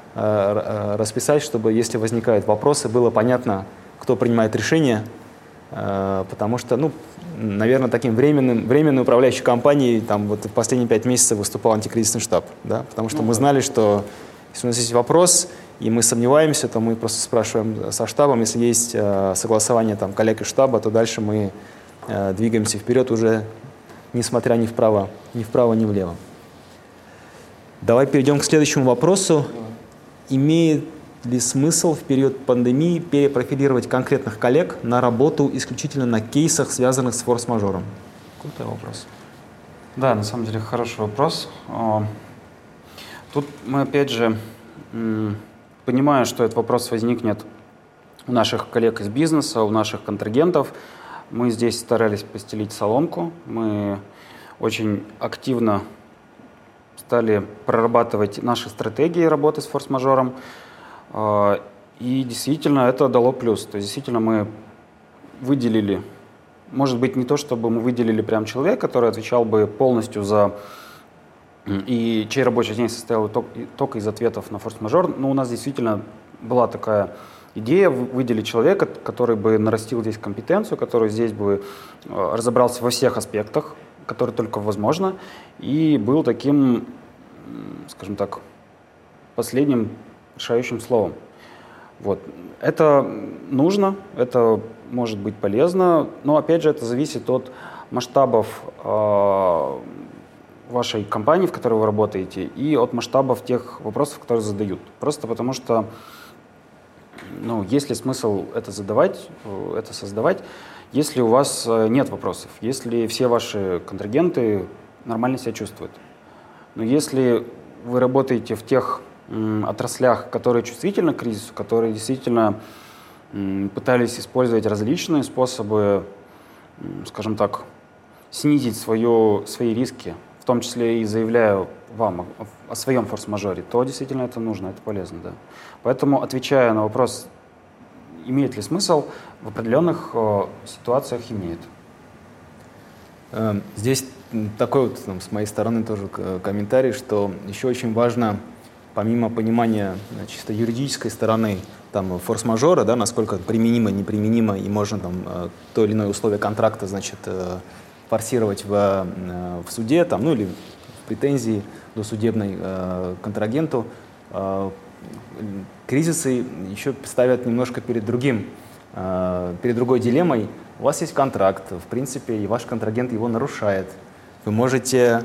расписать, чтобы, если возникают вопросы, было понятно, кто принимает решение, потому что, ну, наверное, таким временным, временной управляющей компанией там, вот в последние пять месяцев выступал антикризисный штаб, да, потому что мы знали, что если у нас есть вопрос, и мы сомневаемся, то мы просто спрашиваем со штабом, если есть согласование там, коллег из штаба, то дальше мы двигаемся вперед уже, несмотря ни вправо, ни вправо, ни влево. Давай перейдем к следующему вопросу. Имеет ли смысл в период пандемии перепрофилировать конкретных коллег на работу исключительно на кейсах, связанных с форс-мажором? Крутой вопрос. Да, на самом деле хороший вопрос. Тут мы опять же, понимая, что этот вопрос возникнет у наших коллег из бизнеса, у наших контрагентов, мы здесь старались постелить соломку. Мы очень активно стали прорабатывать наши стратегии работы с форс-мажором. И действительно это дало плюс. То есть действительно мы выделили, может быть, не то, чтобы мы выделили прям человека, который отвечал бы полностью за, и чей рабочий день состоял только из ответов на форс-мажор, но у нас действительно была такая идея выделить человека, который бы нарастил здесь компетенцию, который здесь бы разобрался во всех аспектах, которые только возможно, и был таким, скажем так, последним решающим словом. Вот. Это нужно, это может быть полезно, но опять же это зависит от масштабов э, вашей компании, в которой вы работаете, и от масштабов тех вопросов, которые задают. Просто потому что, ну, есть ли смысл это задавать, это создавать, если у вас нет вопросов, если все ваши контрагенты нормально себя чувствуют. Но если вы работаете в тех отраслях, которые чувствительны к кризису, которые действительно пытались использовать различные способы, скажем так, снизить свое, свои риски, в том числе и заявляя вам о, о своем форс-мажоре, то действительно это нужно, это полезно, да. Поэтому, отвечая на вопрос, имеет ли смысл, в определенных э, ситуациях имеет. Здесь такой вот там, с моей стороны тоже комментарий, что еще очень важно, помимо понимания чисто юридической стороны там, форс-мажора, да, насколько применимо, неприменимо, и можно там, то или иное условие контракта значит, форсировать в, в суде, там, ну или в претензии досудебной э, контрагенту, э, кризисы еще ставят немножко перед другим, э, перед другой дилеммой. У вас есть контракт, в принципе, и ваш контрагент его нарушает. Вы можете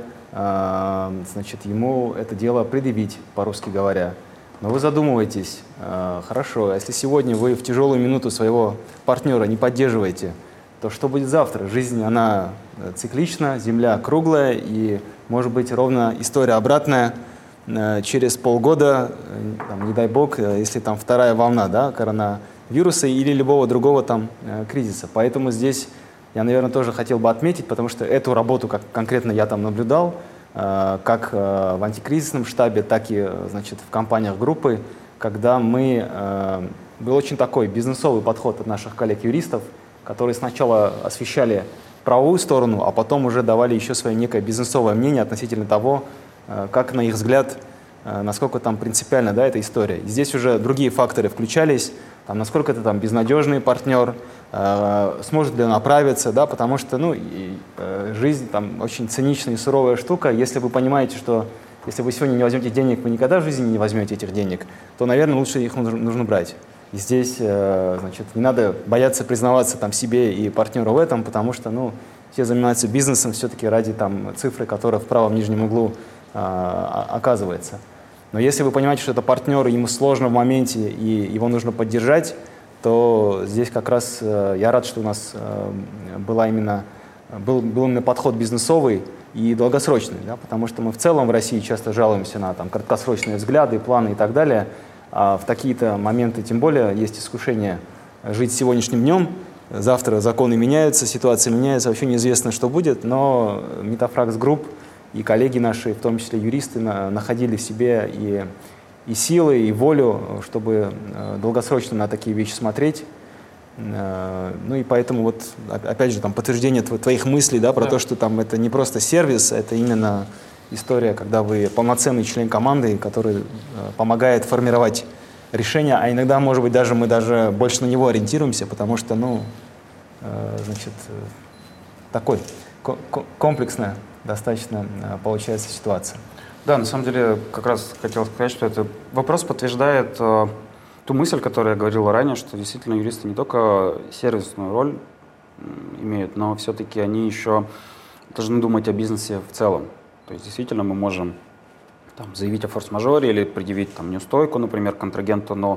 э, значит, ему это дело предъявить, по-русски говоря. Но вы задумываетесь, э, хорошо, а если сегодня вы в тяжелую минуту своего партнера не поддерживаете, то что будет завтра? Жизнь, она циклична, Земля круглая, и, может быть, ровно история обратная. Через полгода, там, не дай бог, если там вторая волна, да, коронавируса или любого другого там кризиса. Поэтому здесь я, наверное, тоже хотел бы отметить, потому что эту работу, как конкретно я там наблюдал, как в антикризисном штабе, так и, значит, в компаниях группы, когда мы... Был очень такой бизнесовый подход от наших коллег-юристов, которые сначала освещали правовую сторону, а потом уже давали еще свое некое бизнесовое мнение относительно того, как, на их взгляд, насколько там принципиально, да, эта история. И здесь уже другие факторы включались, там, насколько это там безнадежный партнер, э, сможет ли он оправиться, да, потому что ну, и, э, жизнь там очень циничная и суровая штука. Если вы понимаете, что если вы сегодня не возьмете денег, вы никогда в жизни не возьмете этих денег, то, наверное, лучше их нужно, нужно брать. И здесь, э, значит, не надо бояться признаваться там, себе и партнеру в этом, потому что ну, все занимаются бизнесом все-таки ради там, цифры, которая в правом нижнем углу оказывается. Но если вы понимаете, что это партнер, ему сложно в моменте, и его нужно поддержать, то здесь как раз э, я рад, что у нас э, была именно, был, был именно подход бизнесовый и долгосрочный, да, потому что мы в целом в России часто жалуемся на там, краткосрочные взгляды, планы и так далее, а в такие-то моменты тем более есть искушение жить сегодняшним днем. Завтра законы меняются, ситуация меняется, вообще неизвестно, что будет, но Metaфракс Групп и коллеги наши, в том числе юристы, на, находили в себе и, и силы, и волю, чтобы э, долгосрочно на такие вещи смотреть. Э, ну и поэтому вот, опять же, там, подтверждение тв твоих мыслей, да, про да. то, что там это не просто сервис, это именно история, когда вы полноценный член команды, который э, помогает формировать решения, а иногда, может быть, даже мы даже больше на него ориентируемся, потому что, ну, э, значит, такой комплексная достаточно э, получается ситуация. Да, на самом деле, как раз хотел сказать, что этот вопрос подтверждает э, ту мысль, которую я говорил ранее, что действительно юристы не только сервисную роль имеют, но все-таки они еще должны думать о бизнесе в целом. То есть действительно мы можем там, заявить о форс-мажоре или предъявить там, неустойку, например, контрагенту, но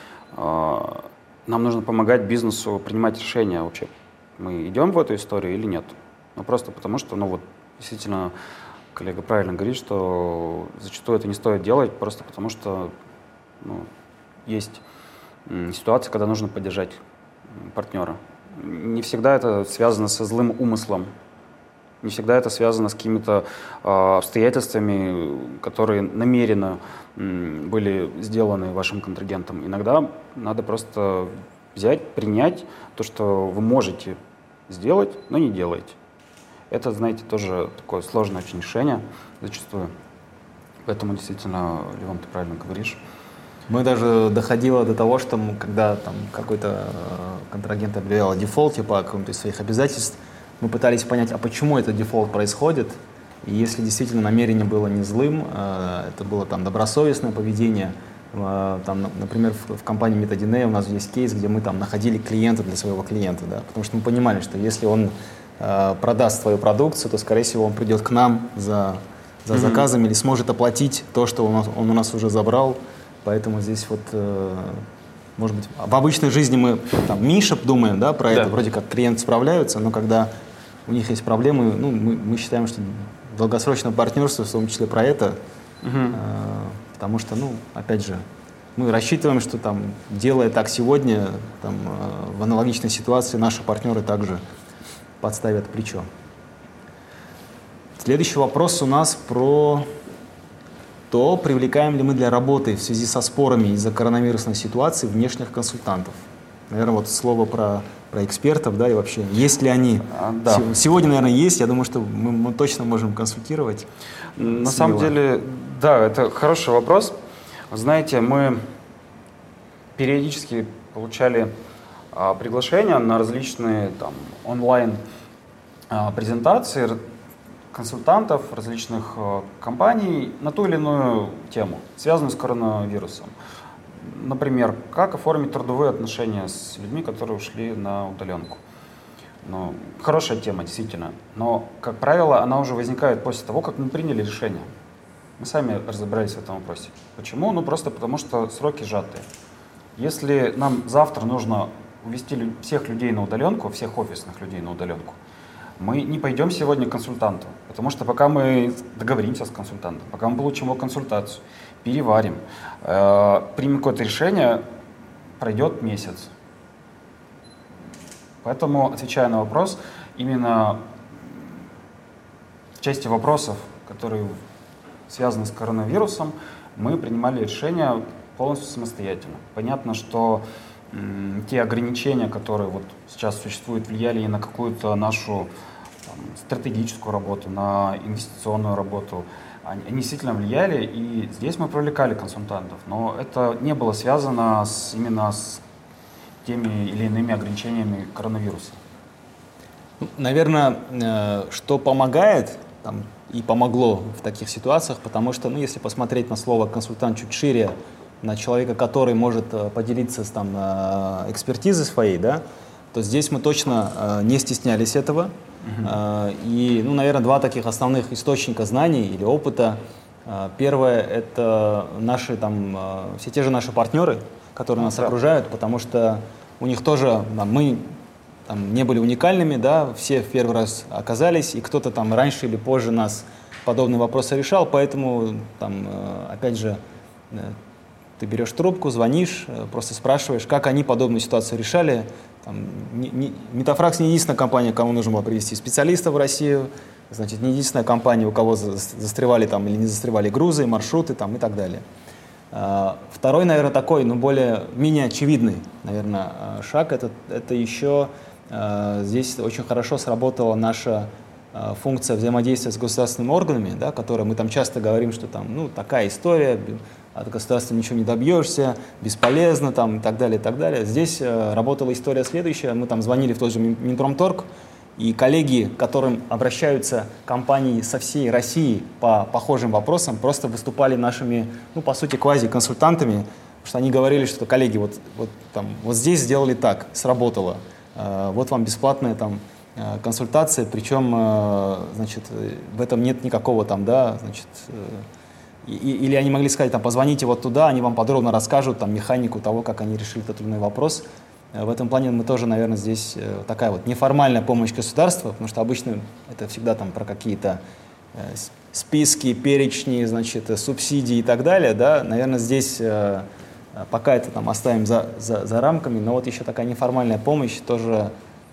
э, нам нужно помогать бизнесу принимать решения вообще, мы идем в эту историю или нет. Ну просто потому что, ну вот, действительно, коллега правильно говорит, что зачастую это не стоит делать, просто потому что ну, есть м, ситуация, когда нужно поддержать партнера. Не всегда это связано со злым умыслом, не всегда это связано с какими-то э, обстоятельствами, которые намеренно м, были сделаны вашим контрагентом. Иногда надо просто взять, принять то, что вы можете сделать, но не делаете. Это, знаете, тоже такое сложное очень решение зачастую. Поэтому действительно, Левон, ты правильно говоришь. Мы даже доходило до того, что мы, когда там какой-то контрагент объявлял о дефолте по какому-то из своих обязательств, мы пытались понять, а почему этот дефолт происходит. И если действительно намерение было не злым, это было там добросовестное поведение. Там, например, в компании Metadine у нас есть кейс, где мы там находили клиента для своего клиента, да, потому что мы понимали, что если он продаст свою продукцию, то, скорее всего, он придет к нам за, за mm-hmm. заказами или сможет оплатить то, что он, он у нас уже забрал. Поэтому здесь вот, э, может быть, в обычной жизни мы там Миша думаем, да, про да. это, вроде как клиенты справляются, но когда у них есть проблемы, ну, мы, мы считаем, что долгосрочное партнерство, в том числе про это, mm-hmm. э, потому что, ну, опять же, мы рассчитываем, что там, делая так сегодня, там, э, в аналогичной ситуации наши партнеры также подставят плечо. Следующий вопрос у нас про то, привлекаем ли мы для работы в связи со спорами из-за коронавирусной ситуации внешних консультантов. Наверное, вот слово про, про экспертов, да, и вообще, есть ли они? А, да. Сегодня, наверное, есть. Я думаю, что мы, мы точно можем консультировать. На самом деле, да, это хороший вопрос. Знаете, мы периодически получали а, приглашения на различные там, онлайн а, презентации консультантов различных а, компаний на ту или иную тему, связанную с коронавирусом. Например, как оформить трудовые отношения с людьми, которые ушли на удаленку. Ну, хорошая тема, действительно. Но, как правило, она уже возникает после того, как мы приняли решение. Мы сами разобрались в этом вопросе. Почему? Ну, просто потому что сроки сжатые. Если нам завтра нужно увести всех людей на удаленку, всех офисных людей на удаленку, мы не пойдем сегодня к консультанту, потому что пока мы договоримся с консультантом, пока мы получим его консультацию, переварим, э, примем какое-то решение, пройдет месяц. Поэтому, отвечая на вопрос, именно в части вопросов, которые связаны с коронавирусом, мы принимали решение полностью самостоятельно. Понятно, что м, те ограничения, которые вот сейчас существуют, влияли и на какую-то нашу там, стратегическую работу, на инвестиционную работу. Они, они действительно влияли, и здесь мы привлекали консультантов, но это не было связано с, именно с теми или иными ограничениями коронавируса. Наверное, э, что помогает там, и помогло в таких ситуациях, потому что, ну, если посмотреть на слово «консультант» чуть шире, на человека, который может э, поделиться с, там, э, экспертизой своей, да, то здесь мы точно э, не стеснялись этого. Uh-huh. э, и, ну, наверное, два таких основных источника знаний или опыта. Э, первое — это наши, там, э, все те же наши партнеры, которые uh-huh. нас окружают, потому что у них тоже, да, мы там, не были уникальными, да, все в первый раз оказались, и кто-то там раньше или позже нас подобные вопросы решал, поэтому, там, э, опять же, э, ты берешь трубку, звонишь, просто спрашиваешь, как они подобную ситуацию решали. Там, не, не, Метафракс не единственная компания, кому нужно было привести специалистов в Россию, значит, не единственная компания, у кого застревали там, или не застревали грузы, маршруты там, и так далее. Второй, наверное, такой, ну, более, менее очевидный, наверное, шаг, это, это еще здесь очень хорошо сработала наша функция взаимодействия с государственными органами, да, которая мы там часто говорим, что там, ну, такая история, от государства ничего не добьешься, бесполезно там, и так далее, и так далее. Здесь э, работала история следующая. Мы там звонили в тот же Минпромторг, и коллеги, к которым обращаются компании со всей России по похожим вопросам, просто выступали нашими, ну, по сути, квази-консультантами, потому что они говорили, что, коллеги, вот, вот, там, вот здесь сделали так, сработало, э, вот вам бесплатная там э, консультация, причем, э, значит, в этом нет никакого там, да, значит, э, или они могли сказать, там, позвоните вот туда, они вам подробно расскажут там, механику того, как они решили тот или иной вопрос. В этом плане мы тоже, наверное, здесь такая вот неформальная помощь государства, потому что обычно это всегда там про какие-то списки, перечни, значит, субсидии и так далее. Да? Наверное, здесь пока это там оставим за, за, за рамками, но вот еще такая неформальная помощь тоже,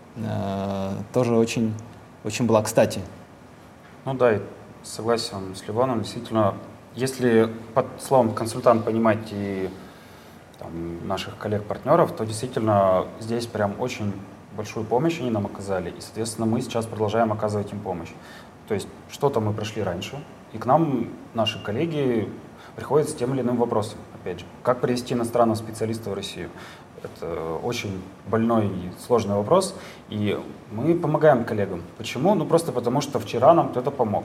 тоже очень, очень была кстати. Ну да, согласен с Ливаном, действительно. Если под словом консультант понимать и там, наших коллег-партнеров, то действительно здесь прям очень большую помощь они нам оказали. И, соответственно, мы сейчас продолжаем оказывать им помощь. То есть что-то мы прошли раньше, и к нам наши коллеги приходят с тем или иным вопросом. Опять же, как привести иностранного специалиста в Россию? Это очень больной и сложный вопрос, и мы помогаем коллегам. Почему? Ну просто потому, что вчера нам кто-то помог.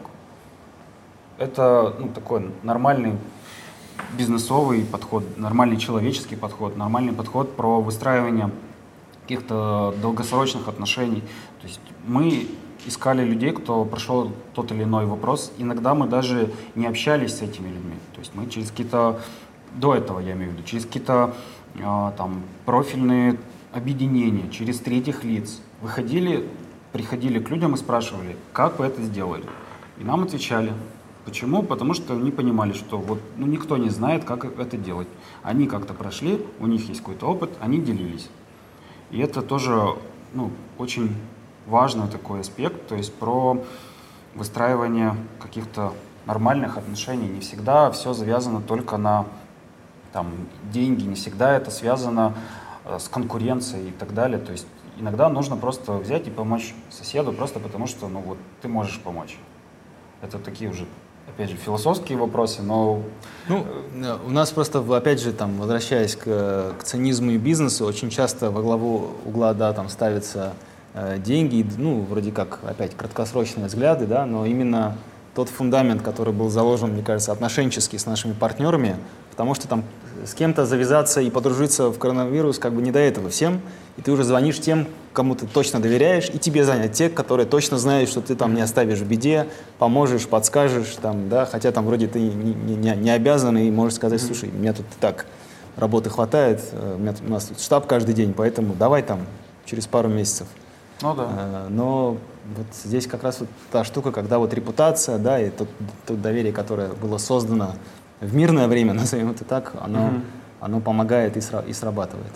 Это ну, такой нормальный бизнесовый подход, нормальный человеческий подход, нормальный подход про выстраивание каких-то долгосрочных отношений. То есть мы искали людей, кто прошел тот или иной вопрос. Иногда мы даже не общались с этими людьми. То есть мы через какие-то, до этого я имею в виду, через какие-то э, там профильные объединения, через третьих лиц выходили, приходили к людям и спрашивали, как вы это сделали. И нам отвечали. Почему? Потому что они понимали, что вот, ну, никто не знает, как это делать. Они как-то прошли, у них есть какой-то опыт, они делились. И это тоже ну, очень важный такой аспект, то есть про выстраивание каких-то нормальных отношений. Не всегда все завязано только на там, деньги, не всегда это связано э, с конкуренцией и так далее. То есть иногда нужно просто взять и помочь соседу, просто потому что ну, вот, ты можешь помочь. Это такие уже опять же, философские вопросы, но... Ну, у нас просто, опять же, там, возвращаясь к, к цинизму и бизнесу, очень часто во главу угла, да, там ставятся э, деньги, ну, вроде как, опять, краткосрочные взгляды, да, но именно тот фундамент, который был заложен, мне кажется, отношенчески с нашими партнерами, потому что там с кем-то завязаться и подружиться в коронавирус как бы не до этого всем, и ты уже звонишь тем, кому ты точно доверяешь, и тебе звонят те, которые точно знают, что ты там не оставишь в беде, поможешь, подскажешь, там, да, хотя там вроде ты не, не, не обязан, и можешь сказать, слушай, у меня тут так работы хватает, у, меня, у нас тут штаб каждый день, поэтому давай там через пару месяцев. Ну да. Но вот здесь как раз вот та штука, когда вот репутация, да, и то, то доверие, которое было создано в мирное время, назовем это так, оно, mm-hmm. оно помогает и, сра- и срабатывает.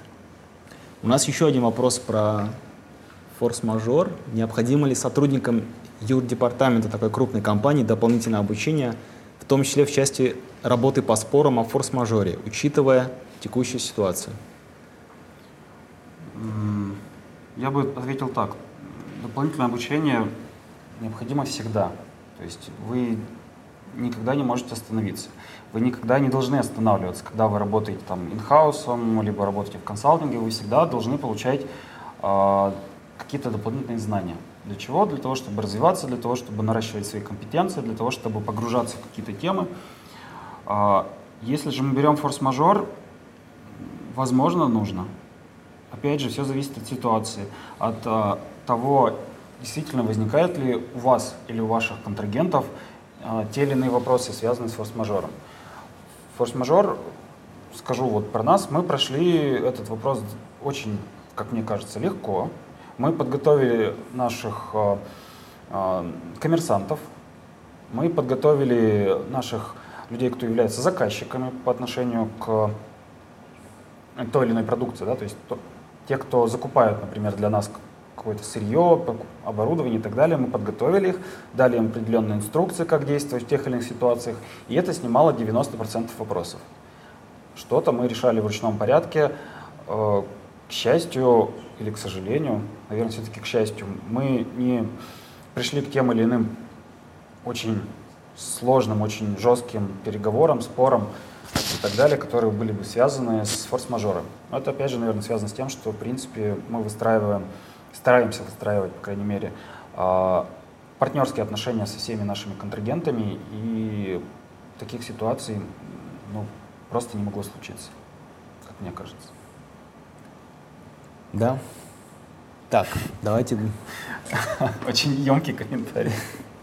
У нас еще один вопрос про форс-мажор. Необходимо ли сотрудникам юрдепартамента такой крупной компании дополнительное обучение, в том числе в части работы по спорам о форс-мажоре, учитывая текущую ситуацию? Я бы ответил так. Дополнительное обучение необходимо всегда. То есть вы никогда не можете остановиться. Вы никогда не должны останавливаться. Когда вы работаете там инхаусом, либо работаете в консалтинге, вы всегда должны получать э, какие-то дополнительные знания. Для чего? Для того, чтобы развиваться, для того, чтобы наращивать свои компетенции, для того, чтобы погружаться в какие-то темы. Э, если же мы берем форс-мажор, возможно, нужно. Опять же, все зависит от ситуации, от э, того, действительно возникает ли у вас или у ваших контрагентов э, те или иные вопросы, связанные с форс-мажором. Форс-мажор, скажу вот про нас, мы прошли этот вопрос очень, как мне кажется, легко. Мы подготовили наших э, э, коммерсантов, мы подготовили наших людей, кто является заказчиками по отношению к той или иной продукции, да, то есть то, те, кто закупают, например, для нас какое-то сырье, оборудование и так далее, мы подготовили их, дали им определенные инструкции, как действовать в тех или иных ситуациях, и это снимало девяносто процентов вопросов. Что-то мы решали в ручном порядке. К счастью или к сожалению, наверное, все-таки к счастью, мы не пришли к тем или иным очень сложным, очень жестким переговорам, спорам и так далее, которые были бы связаны с форс-мажором. Но это, опять же, наверное, связано с тем, что, в принципе, мы выстраиваем, стараемся выстраивать, по крайней мере, партнерские отношения со всеми нашими контрагентами, и таких ситуаций ну, просто не могло случиться, как мне кажется. Да. Так, давайте... Очень емкий комментарий.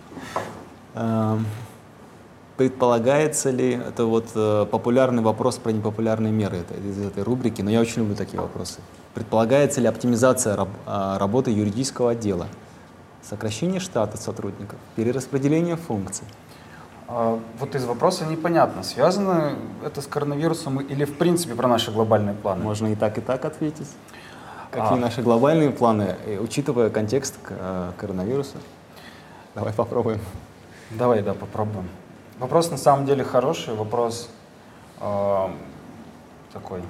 Предполагается ли, это вот популярный вопрос про непопулярные меры это из этой рубрики, но я очень люблю такие вопросы. Предполагается ли оптимизация раб, работы юридического отдела? Сокращение штата сотрудников, перераспределение функций? А, вот из вопроса непонятно, связано это с коронавирусом или в принципе про наши глобальные планы? Можно и так, и так ответить. Какие а. наши глобальные планы, учитывая контекст коронавируса? Давай попробуем. Давай, да, попробуем. Вопрос на самом деле хороший, вопрос э, такой,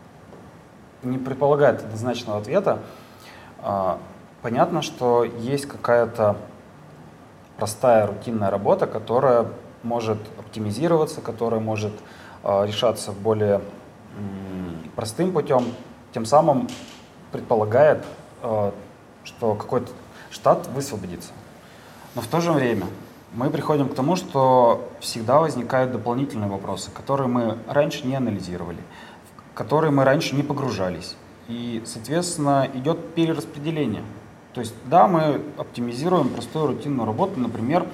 не предполагает однозначного ответа. Э, понятно, что есть какая-то простая рутинная работа, которая может оптимизироваться, которая может э, решаться более э, простым путем, тем самым предполагает, э, что какой-то штат высвободится. Но в то же время мы приходим к тому, что всегда возникают дополнительные вопросы, которые мы раньше не анализировали, в которые мы раньше не погружались. И, соответственно, идет перераспределение. То есть, да, мы оптимизируем простую рутинную работу, например,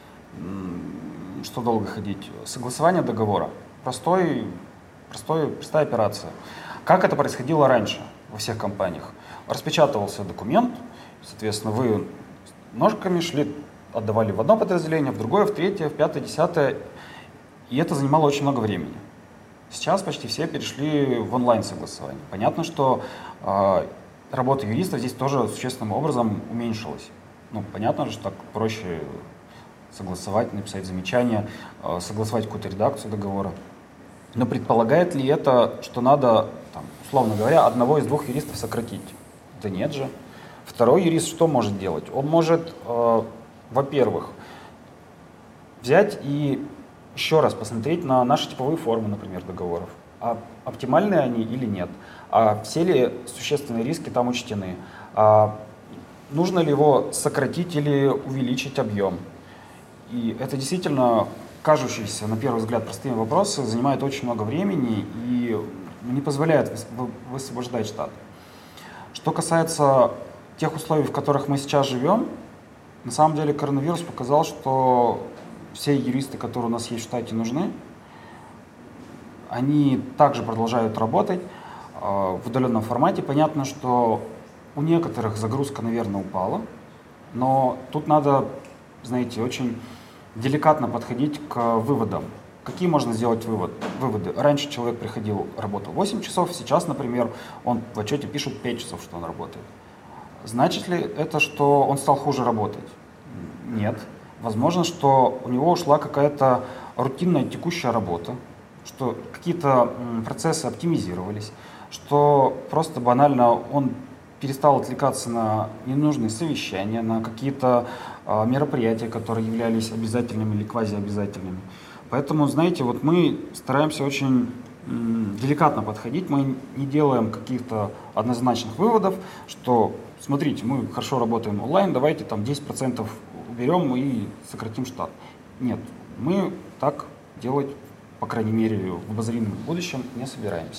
что долго ходить, согласование договора. Простой, простой, простая операция. Как это происходило раньше во всех компаниях? Распечатывался документ, соответственно, вы ножками шли, отдавали в одно подразделение, в другое, в третье, в пятое, десятое, и это занимало очень много времени. Сейчас почти все перешли в онлайн-согласование. Понятно, что э, работа юристов здесь тоже существенным образом уменьшилась. Ну, понятно же, что так проще согласовать, написать замечания, э, согласовать какую-то редакцию договора. Но предполагает ли это, что надо, там, условно говоря, одного из двух юристов сократить? Да нет же. Второй юрист что может делать? Он может... Э, Во-первых, взять и еще раз посмотреть на наши типовые формы, например, договоров. А оптимальны они или нет? А все ли существенные риски там учтены? А нужно ли его сократить или увеличить объем? И это действительно кажущиеся, на первый взгляд, простые вопросы занимают очень много времени и не позволяют высвобождать штат. Что касается тех условий, в которых мы сейчас живем, на самом деле коронавирус показал, что все юристы, которые у нас есть в штате, нужны. Они также продолжают работать э, в удаленном формате. Понятно, что у некоторых загрузка, наверное, упала, но тут надо, знаете, очень деликатно подходить к выводам. Какие можно сделать вывод, выводы? Раньше человек приходил, работал восемь часов, сейчас, например, он в отчете пишет пять часов, что он работает. Значит ли это, что он стал хуже работать? Нет. Возможно, что у него ушла какая-то рутинная текущая работа, что какие-то процессы оптимизировались, что просто банально он перестал отвлекаться на ненужные совещания, на какие-то э, мероприятия, которые являлись обязательными или квазиобязательными. Поэтому, знаете, вот мы стараемся очень м, деликатно подходить, мы не делаем каких-то однозначных выводов, что, смотрите, мы хорошо работаем онлайн, давайте там десять процентов уберем и сократим штат. Нет, мы так делать, по крайней мере, в обозримом будущем не собираемся.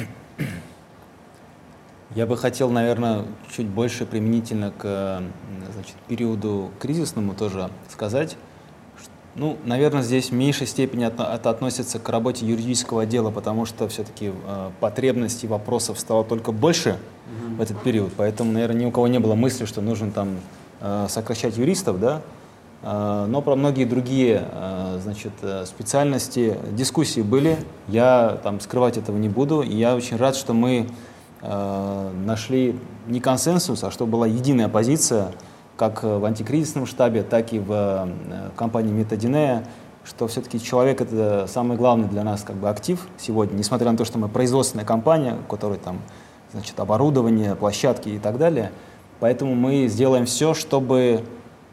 Я бы хотел, наверное, чуть больше применительно к, значит, периоду кризисному тоже сказать. Ну, наверное, здесь в меньшей степени это относится к работе юридического отдела, потому что все-таки э, потребностей вопросов стало только больше mm-hmm. в этот период. Поэтому, наверное, ни у кого не было мысли, что нужно там э, сокращать юристов, да. Э, но про многие другие э, значит, специальности дискуссии были. Я там скрывать этого не буду. И я очень рад, что мы э, нашли не консенсус, а что была единая позиция, как в антикризисном штабе, так и в компании Метадинея, что все-таки человек — это самый главный для нас как бы актив сегодня, несмотря на то, что мы производственная компания, у которой там, значит, оборудование, площадки и так далее. Поэтому мы сделаем все, чтобы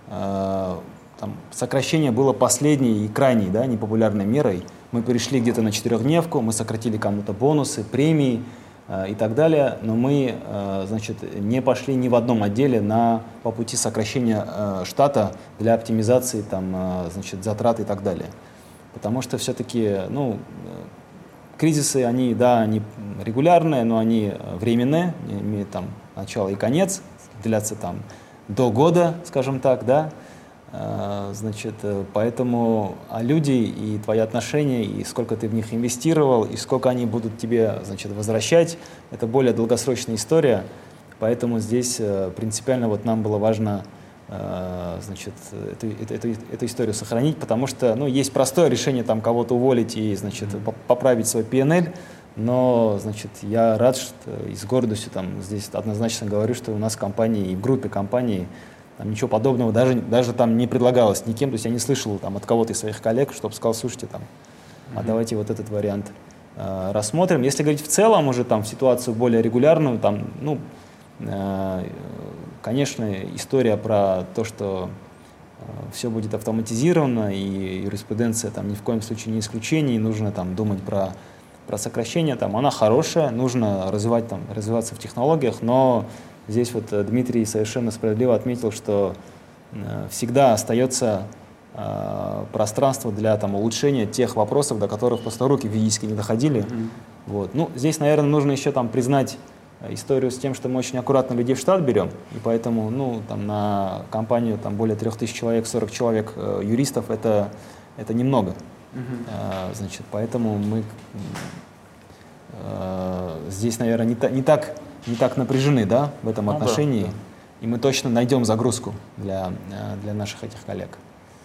э, там, сокращение было последней и крайней, да, непопулярной мерой. Мы перешли где-то на четырехдневку, мы сократили кому-то бонусы, премии э, и так далее, но мы э, значит, не пошли ни в одном отделе на, по пути сокращения э, штата для оптимизации там, э, значит, затрат и так далее. Потому что все-таки, ну, кризисы, они, да, они регулярные, но они временные, имеют там начало и конец, длятся там до года, скажем так, да. Значит, поэтому а люди и твои отношения, и сколько ты в них инвестировал, и сколько они будут тебе, значит, возвращать, это более долгосрочная история. Поэтому здесь принципиально вот нам было важно, значит, эту, эту, эту историю сохранить, потому что, ну, есть простое решение там кого-то уволить и, значит, поправить свой пи эн эл, но, значит, я рад, что и с гордостью там здесь однозначно говорю, что у нас в компании и в группе компаний там ничего подобного даже, даже там не предлагалось никем, то есть я не слышал там от кого-то из своих коллег, чтобы сказал, слушайте, там, а давайте вот этот вариант э, рассмотрим. Если говорить в целом уже там в ситуацию более регулярную, там, ну, э, конечно, история про то, что э, все будет автоматизировано, и юриспруденция там ни в коем случае не исключение, и нужно там думать про, про сокращение, там, она хорошая, нужно развивать, там, развиваться в технологиях, но здесь вот Дмитрий совершенно справедливо отметил, что э, всегда остается э, пространство для там, улучшения тех вопросов, до которых просто руки физически не доходили. Mm-hmm. Вот. Ну, здесь, наверное, нужно еще там, признать историю с тем, что мы очень аккуратно людей в штат берем, и поэтому ну, там, на компанию там, более трех тысяч человек, сорок человек э, юристов это, это немного. Mm-hmm. э, значит, поэтому мы э, здесь, наверное, не, та, не так... не так напряжены, да, в этом ну, отношении, да, да. И мы точно найдем загрузку для, для наших этих коллег.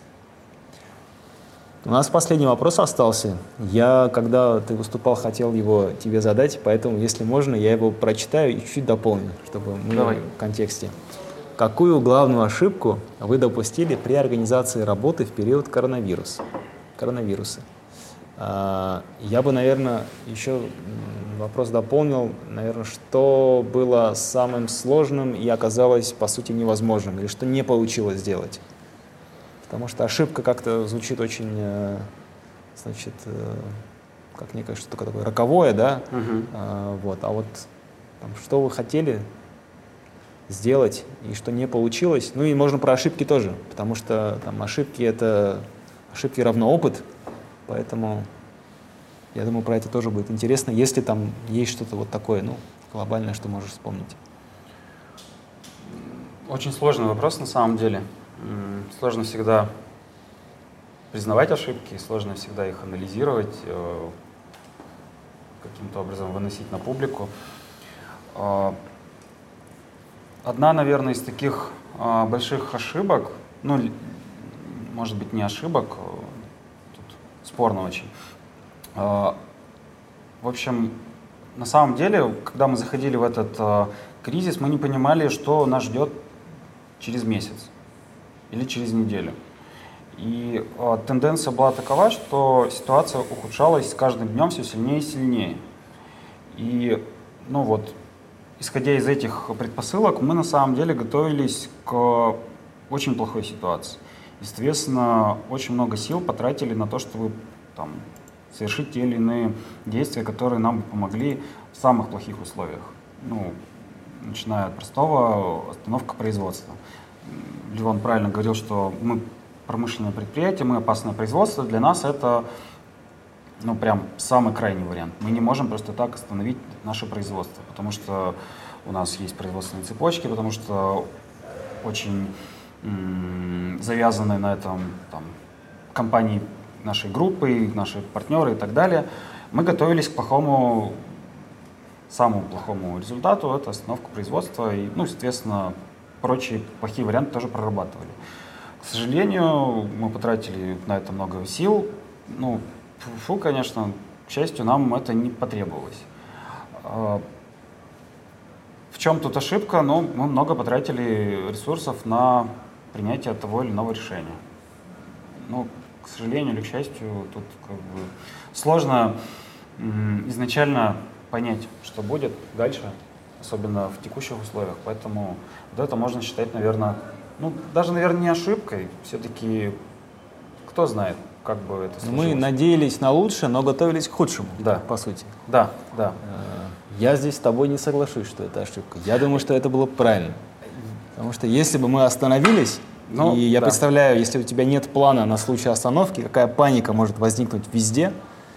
У нас последний вопрос остался. Я, когда ты выступал, хотел его тебе задать, поэтому, если можно, я его прочитаю и чуть-чуть дополню, чтобы мы Давай. в контексте. Какую главную ошибку вы допустили при организации работы в период коронавируса? коронавируса? Я бы, наверное, еще вопрос дополнил, наверное, что было самым сложным и оказалось, по сути, невозможным, или что не получилось сделать. Потому что ошибка как-то звучит очень, значит, как некое что-то такое роковое, да, uh-huh. вот, а вот там, что вы хотели сделать и что не получилось, ну и можно про ошибки тоже, потому что там ошибки это, ошибки равно опыт. Поэтому я думаю, про это тоже будет интересно, если там есть что-то вот такое, ну, глобальное, что можешь вспомнить. Очень сложный вопрос на самом деле. Сложно всегда признавать ошибки, сложно всегда их анализировать, каким-то образом выносить на публику. Одна, наверное, из таких больших ошибок, ну, может быть, не ошибок, тут спорно очень. В общем, на самом деле, когда мы заходили в этот кризис, мы не понимали, что нас ждет через месяц или через неделю. И тенденция была такова, что ситуация ухудшалась с каждым днем все сильнее и сильнее. И, ну вот, исходя из этих предпосылок, мы на самом деле готовились к очень плохой ситуации. Естественно, очень много сил потратили на то, чтобы там совершить те или иные действия, которые нам помогли в самых плохих условиях. Ну, начиная от простого, остановка производства. Левон правильно говорил, что мы промышленное предприятие, мы опасное производство. Для нас это, ну, прям самый крайний вариант. Мы не можем просто так остановить наше производство, потому что у нас есть производственные цепочки, потому что очень м- завязаны на этом там, компании нашей группы, наши партнеры и так далее. Мы готовились к плохому, самому плохому результату, это остановка производства, и, ну, соответственно, прочие плохие варианты тоже прорабатывали. К сожалению, мы потратили на это много сил. Ну, фу, конечно, к счастью, нам это не потребовалось. В чем тут ошибка? Ну, мы много потратили ресурсов на принятие того или иного решения. Ну, к сожалению или к счастью, тут как бы сложно м, изначально понять, что будет дальше, особенно в текущих условиях. Поэтому вот это можно считать, наверное, Ну, даже, наверное, не ошибкой. Все-таки, кто знает, как бы это случилось. Мы надеялись на лучшее, но готовились к худшему, да. по сути. Да, да. Я здесь с тобой не соглашусь, что это ошибка. Я думаю, что это было правильно. Потому что если бы мы остановились, ну, и я да. представляю, если у тебя нет плана на случай остановки, какая паника может возникнуть везде.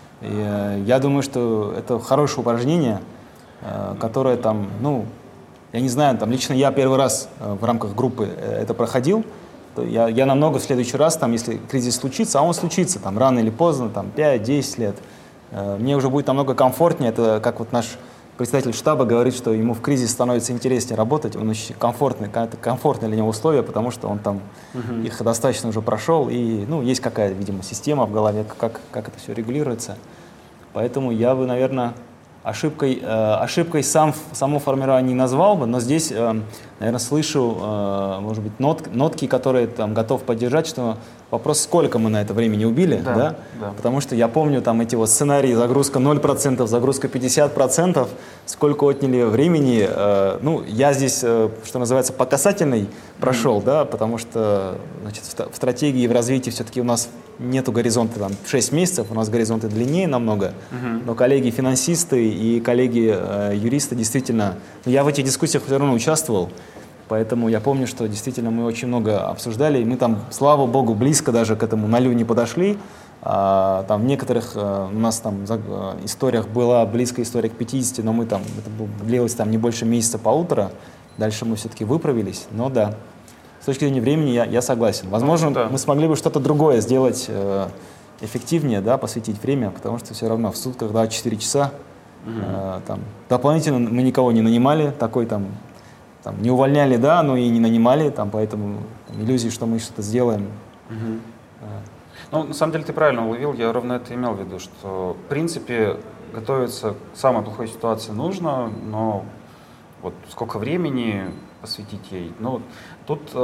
И, я думаю, что это хорошее упражнение, которое там, ну, я не знаю, там лично я первый раз в рамках группы это проходил. Я, я намного в следующий раз, там, если кризис случится, а он случится там, рано или поздно, там, пять-десять лет, мне уже будет намного комфортнее. Это как вот наш председатель штаба говорит, что ему в кризис становится интереснее работать, он очень комфортный, комфортные для него условия, потому что он там uh-huh. их достаточно уже прошел, и ну, есть какая-то, видимо, система в голове, как, как это все регулируется. Поэтому я бы, наверное, ошибкой, э, ошибкой сам, само формирование не назвал бы, но здесь, э, наверное, слышу, э, может быть, нот, нотки, которые там готов поддержать, что вопрос, сколько мы на это времени убили, да, да? Да. Потому что я помню там эти вот сценарии, загрузка ноль процентов, загрузка пятьдесят процентов, сколько отняли времени. Э, ну, я здесь, э, что называется, по касательной прошел, mm-hmm. да, потому что, значит, в, в стратегии и в развитии все-таки у нас нету горизонта там шесть месяцев, у нас горизонты длиннее намного, mm-hmm. но коллеги-финансисты и коллеги-юристы действительно, я в этих дискуссиях все равно участвовал, поэтому я помню, что действительно мы очень много обсуждали, и мы там, слава богу, близко даже к этому нулю не подошли. А, там в некоторых а, у нас там за, а, историях была близкая история к пятидесяти, но мы там, это длилось там не больше месяца-полутора, дальше мы все-таки выправились, но да, с точки зрения времени я, я согласен. Возможно, да. мы смогли бы что-то другое сделать э, эффективнее, да, посвятить время, потому что все равно в сутках, да, четыре часа, угу. э, там, дополнительно мы никого не нанимали, такой там, там не увольняли, да, но и не нанимали, там, поэтому там, иллюзии, что мы что-то сделаем. Угу. Э. Ну, на самом деле ты правильно уловил, я ровно это имел в виду, что в принципе готовиться к самой плохой ситуации нужно, но вот сколько времени посвятить ей, ну, тут э,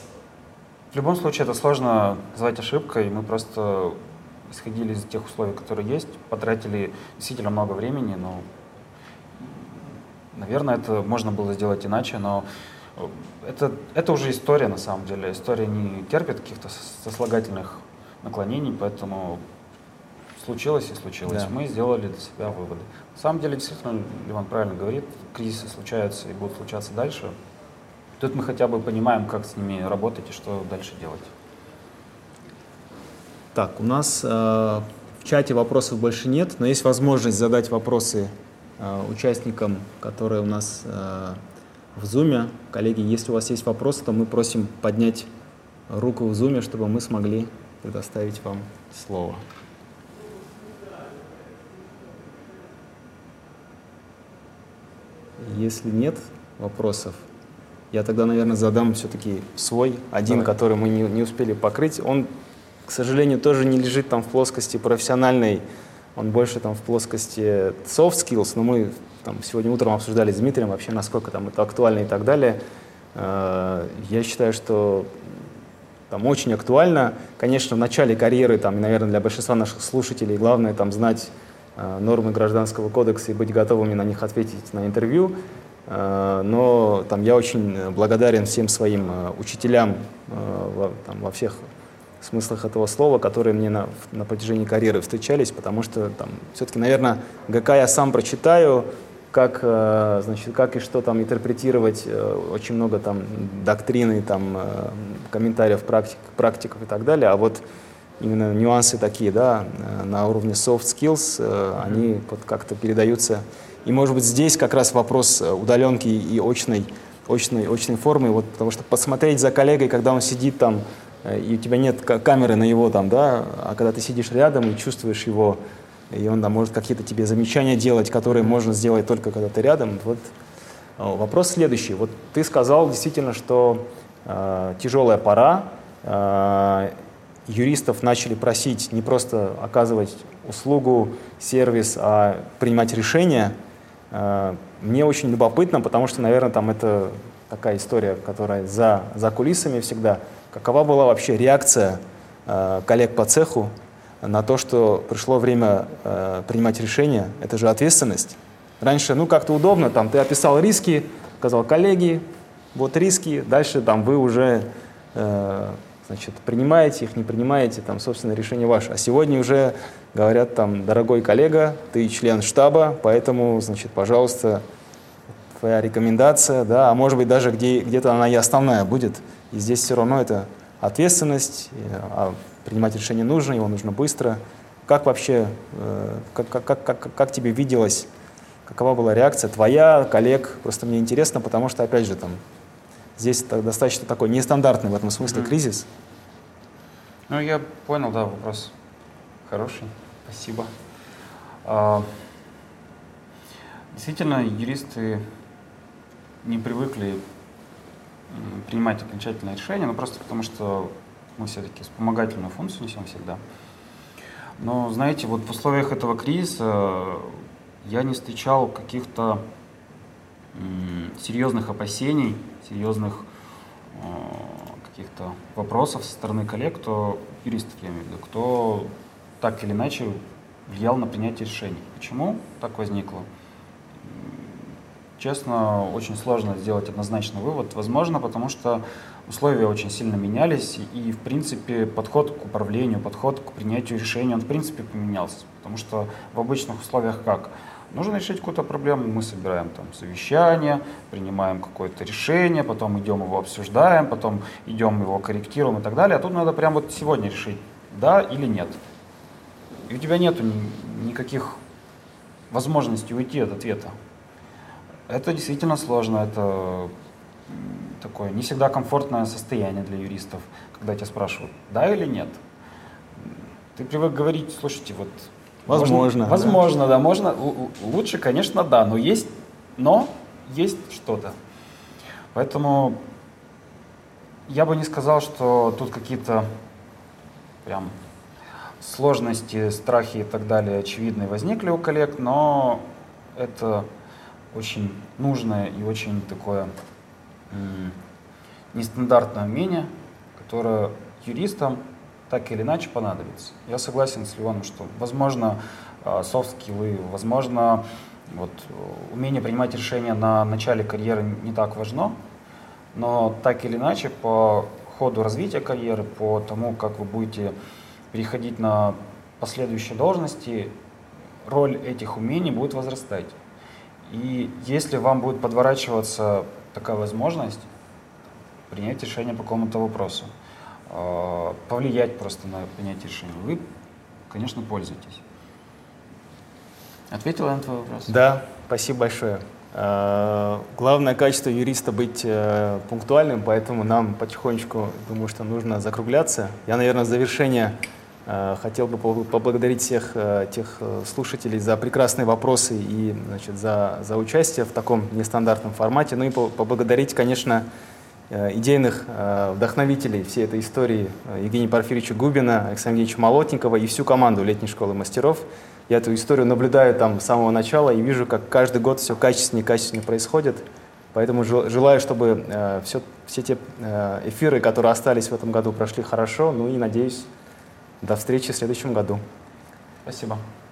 в любом случае это сложно назвать ошибкой, мы просто исходили из тех условий, которые есть, потратили действительно много времени, но, наверное, это можно было сделать иначе, но это, это уже история на самом деле, история не терпит каких-то сослагательных наклонений, поэтому случилось и случилось. Да. Мы сделали для себя выводы. На самом деле, действительно, Ливан правильно говорит, кризисы случаются и будут случаться дальше. Тут мы хотя бы понимаем, как с ними работать и что дальше делать. Так, у нас э, в чате вопросов больше нет, но есть возможность задать вопросы э, участникам, которые у нас э, в Zoom. Коллеги, если у вас есть вопросы, то мы просим поднять руку в Zoom, чтобы мы смогли предоставить вам слово. Если нет вопросов, я тогда, наверное, задам все-таки свой, один, Давай. который мы не, не успели покрыть. Он, к сожалению, тоже не лежит там в плоскости профессиональной, он больше там в плоскости soft skills, но мы там сегодня утром обсуждали с Дмитрием вообще, насколько там это актуально и так далее. Я считаю, что там очень актуально. Конечно, в начале карьеры, там, и, наверное, для большинства наших слушателей главное там знать нормы Гражданского кодекса и быть готовыми на них ответить на интервью. Но там, я очень благодарен всем своим учителям во, там, во всех смыслах этого слова, которые мне на, на протяжении карьеры встречались, потому что там, все-таки, наверное, ГК я сам прочитаю, как, значит, как и что там интерпретировать, очень много там доктрины, там, комментариев практик, практиков и так далее, а вот именно нюансы такие, да, на уровне soft skills, mm-hmm. они вот как-то передаются. И, может быть, здесь как раз вопрос удаленки и очной, очной, очной формы, вот, потому что посмотреть за коллегой, когда он сидит там, и у тебя нет камеры на его там, да, а когда ты сидишь рядом и чувствуешь его, и он там может какие-то тебе замечания делать, которые можно сделать только когда ты рядом. Вот вопрос следующий. Вот ты сказал действительно, что э, тяжелая пора, э, юристов начали просить не просто оказывать услугу, сервис, а принимать решения. Мне очень любопытно, потому что, наверное, там это такая история, которая за, за кулисами всегда. Какова была вообще реакция коллег по цеху на то, что пришло время принимать решения? Это же ответственность. Раньше, ну, как-то удобно, там, ты описал риски, сказал, коллеги, вот риски, дальше там вы уже значит, принимаете их, не принимаете, там, собственно, решение ваше. А сегодня уже говорят, там, дорогой коллега, ты член штаба, поэтому, значит, пожалуйста, твоя рекомендация, да, а может быть даже где, где-то она и основная будет. И здесь все равно это ответственность, а принимать решение нужно, его нужно быстро. Как вообще, как, как, как, как, как тебе виделось, какова была реакция твоя, коллег? Просто мне интересно, потому что, опять же, там, здесь достаточно такой нестандартный в этом смысле mm-hmm. кризис. Ну, я понял, да, вопрос хороший. Спасибо. А, действительно, юристы не привыкли принимать окончательное решение, но просто потому, что мы все-таки вспомогательную функцию несем всегда. Но, знаете, вот в условиях этого кризиса я не встречал каких-то м, серьезных опасений, серьезных э, каких-то вопросов со стороны коллег, кто, юристов я имею в виду, кто так или иначе влиял на принятие решений. Почему так возникло? Честно, очень сложно сделать однозначный вывод. Возможно, потому что условия очень сильно менялись, и, в принципе, подход к управлению, подход к принятию решений, он, в принципе, поменялся. Потому что в обычных условиях как? Нужно решить какую-то проблему, мы собираем там совещание, принимаем какое-то решение, потом идем его обсуждаем, потом идем его корректируем и так далее. А тут надо прямо вот сегодня решить, да или нет. И у тебя нету ни, никаких возможностей уйти от ответа. Это действительно сложно, это такое не всегда комфортное состояние для юристов, когда тебя спрашивают, да или нет. Ты привык говорить, слушайте, вот... Возможно. Можно, да. Возможно, да, можно. Лучше, конечно, да, но есть, но есть что-то. Поэтому я бы не сказал, что тут какие-то прям сложности, страхи и так далее очевидные возникли у коллег, но это очень нужное и очень такое м- нестандартное умение, которое юристам так или иначе понадобится. Я согласен с Леоном, что, возможно, софт-скиллы, возможно, вот, умение принимать решения на начале карьеры не так важно, но так или иначе по ходу развития карьеры, по тому, как вы будете переходить на последующие должности, роль этих умений будет возрастать. И если вам будет подворачиваться такая возможность принять решение по какому-то вопросу, повлиять просто на принятие решения, вы, конечно, пользуетесь. Ответил я на твой вопрос? Да, спасибо большое. Главное качество юриста быть пунктуальным, поэтому нам потихонечку, думаю, что нужно закругляться. Я, наверное, в завершение хотел бы поблагодарить всех тех слушателей за прекрасные вопросы и, значит, за, за участие в таком нестандартном формате. Ну и поблагодарить, конечно, идейных вдохновителей всей этой истории Евгения Порфирьевича Губина, Александра Евгеньевича Молотникова и всю команду Летней школы мастеров. Я эту историю наблюдаю там с самого начала и вижу, как каждый год все качественнее и качественнее происходит. Поэтому желаю, чтобы э, все, все те э, эфиры, которые остались в этом году, прошли хорошо. Ну и надеюсь, до встречи в следующем году. Спасибо.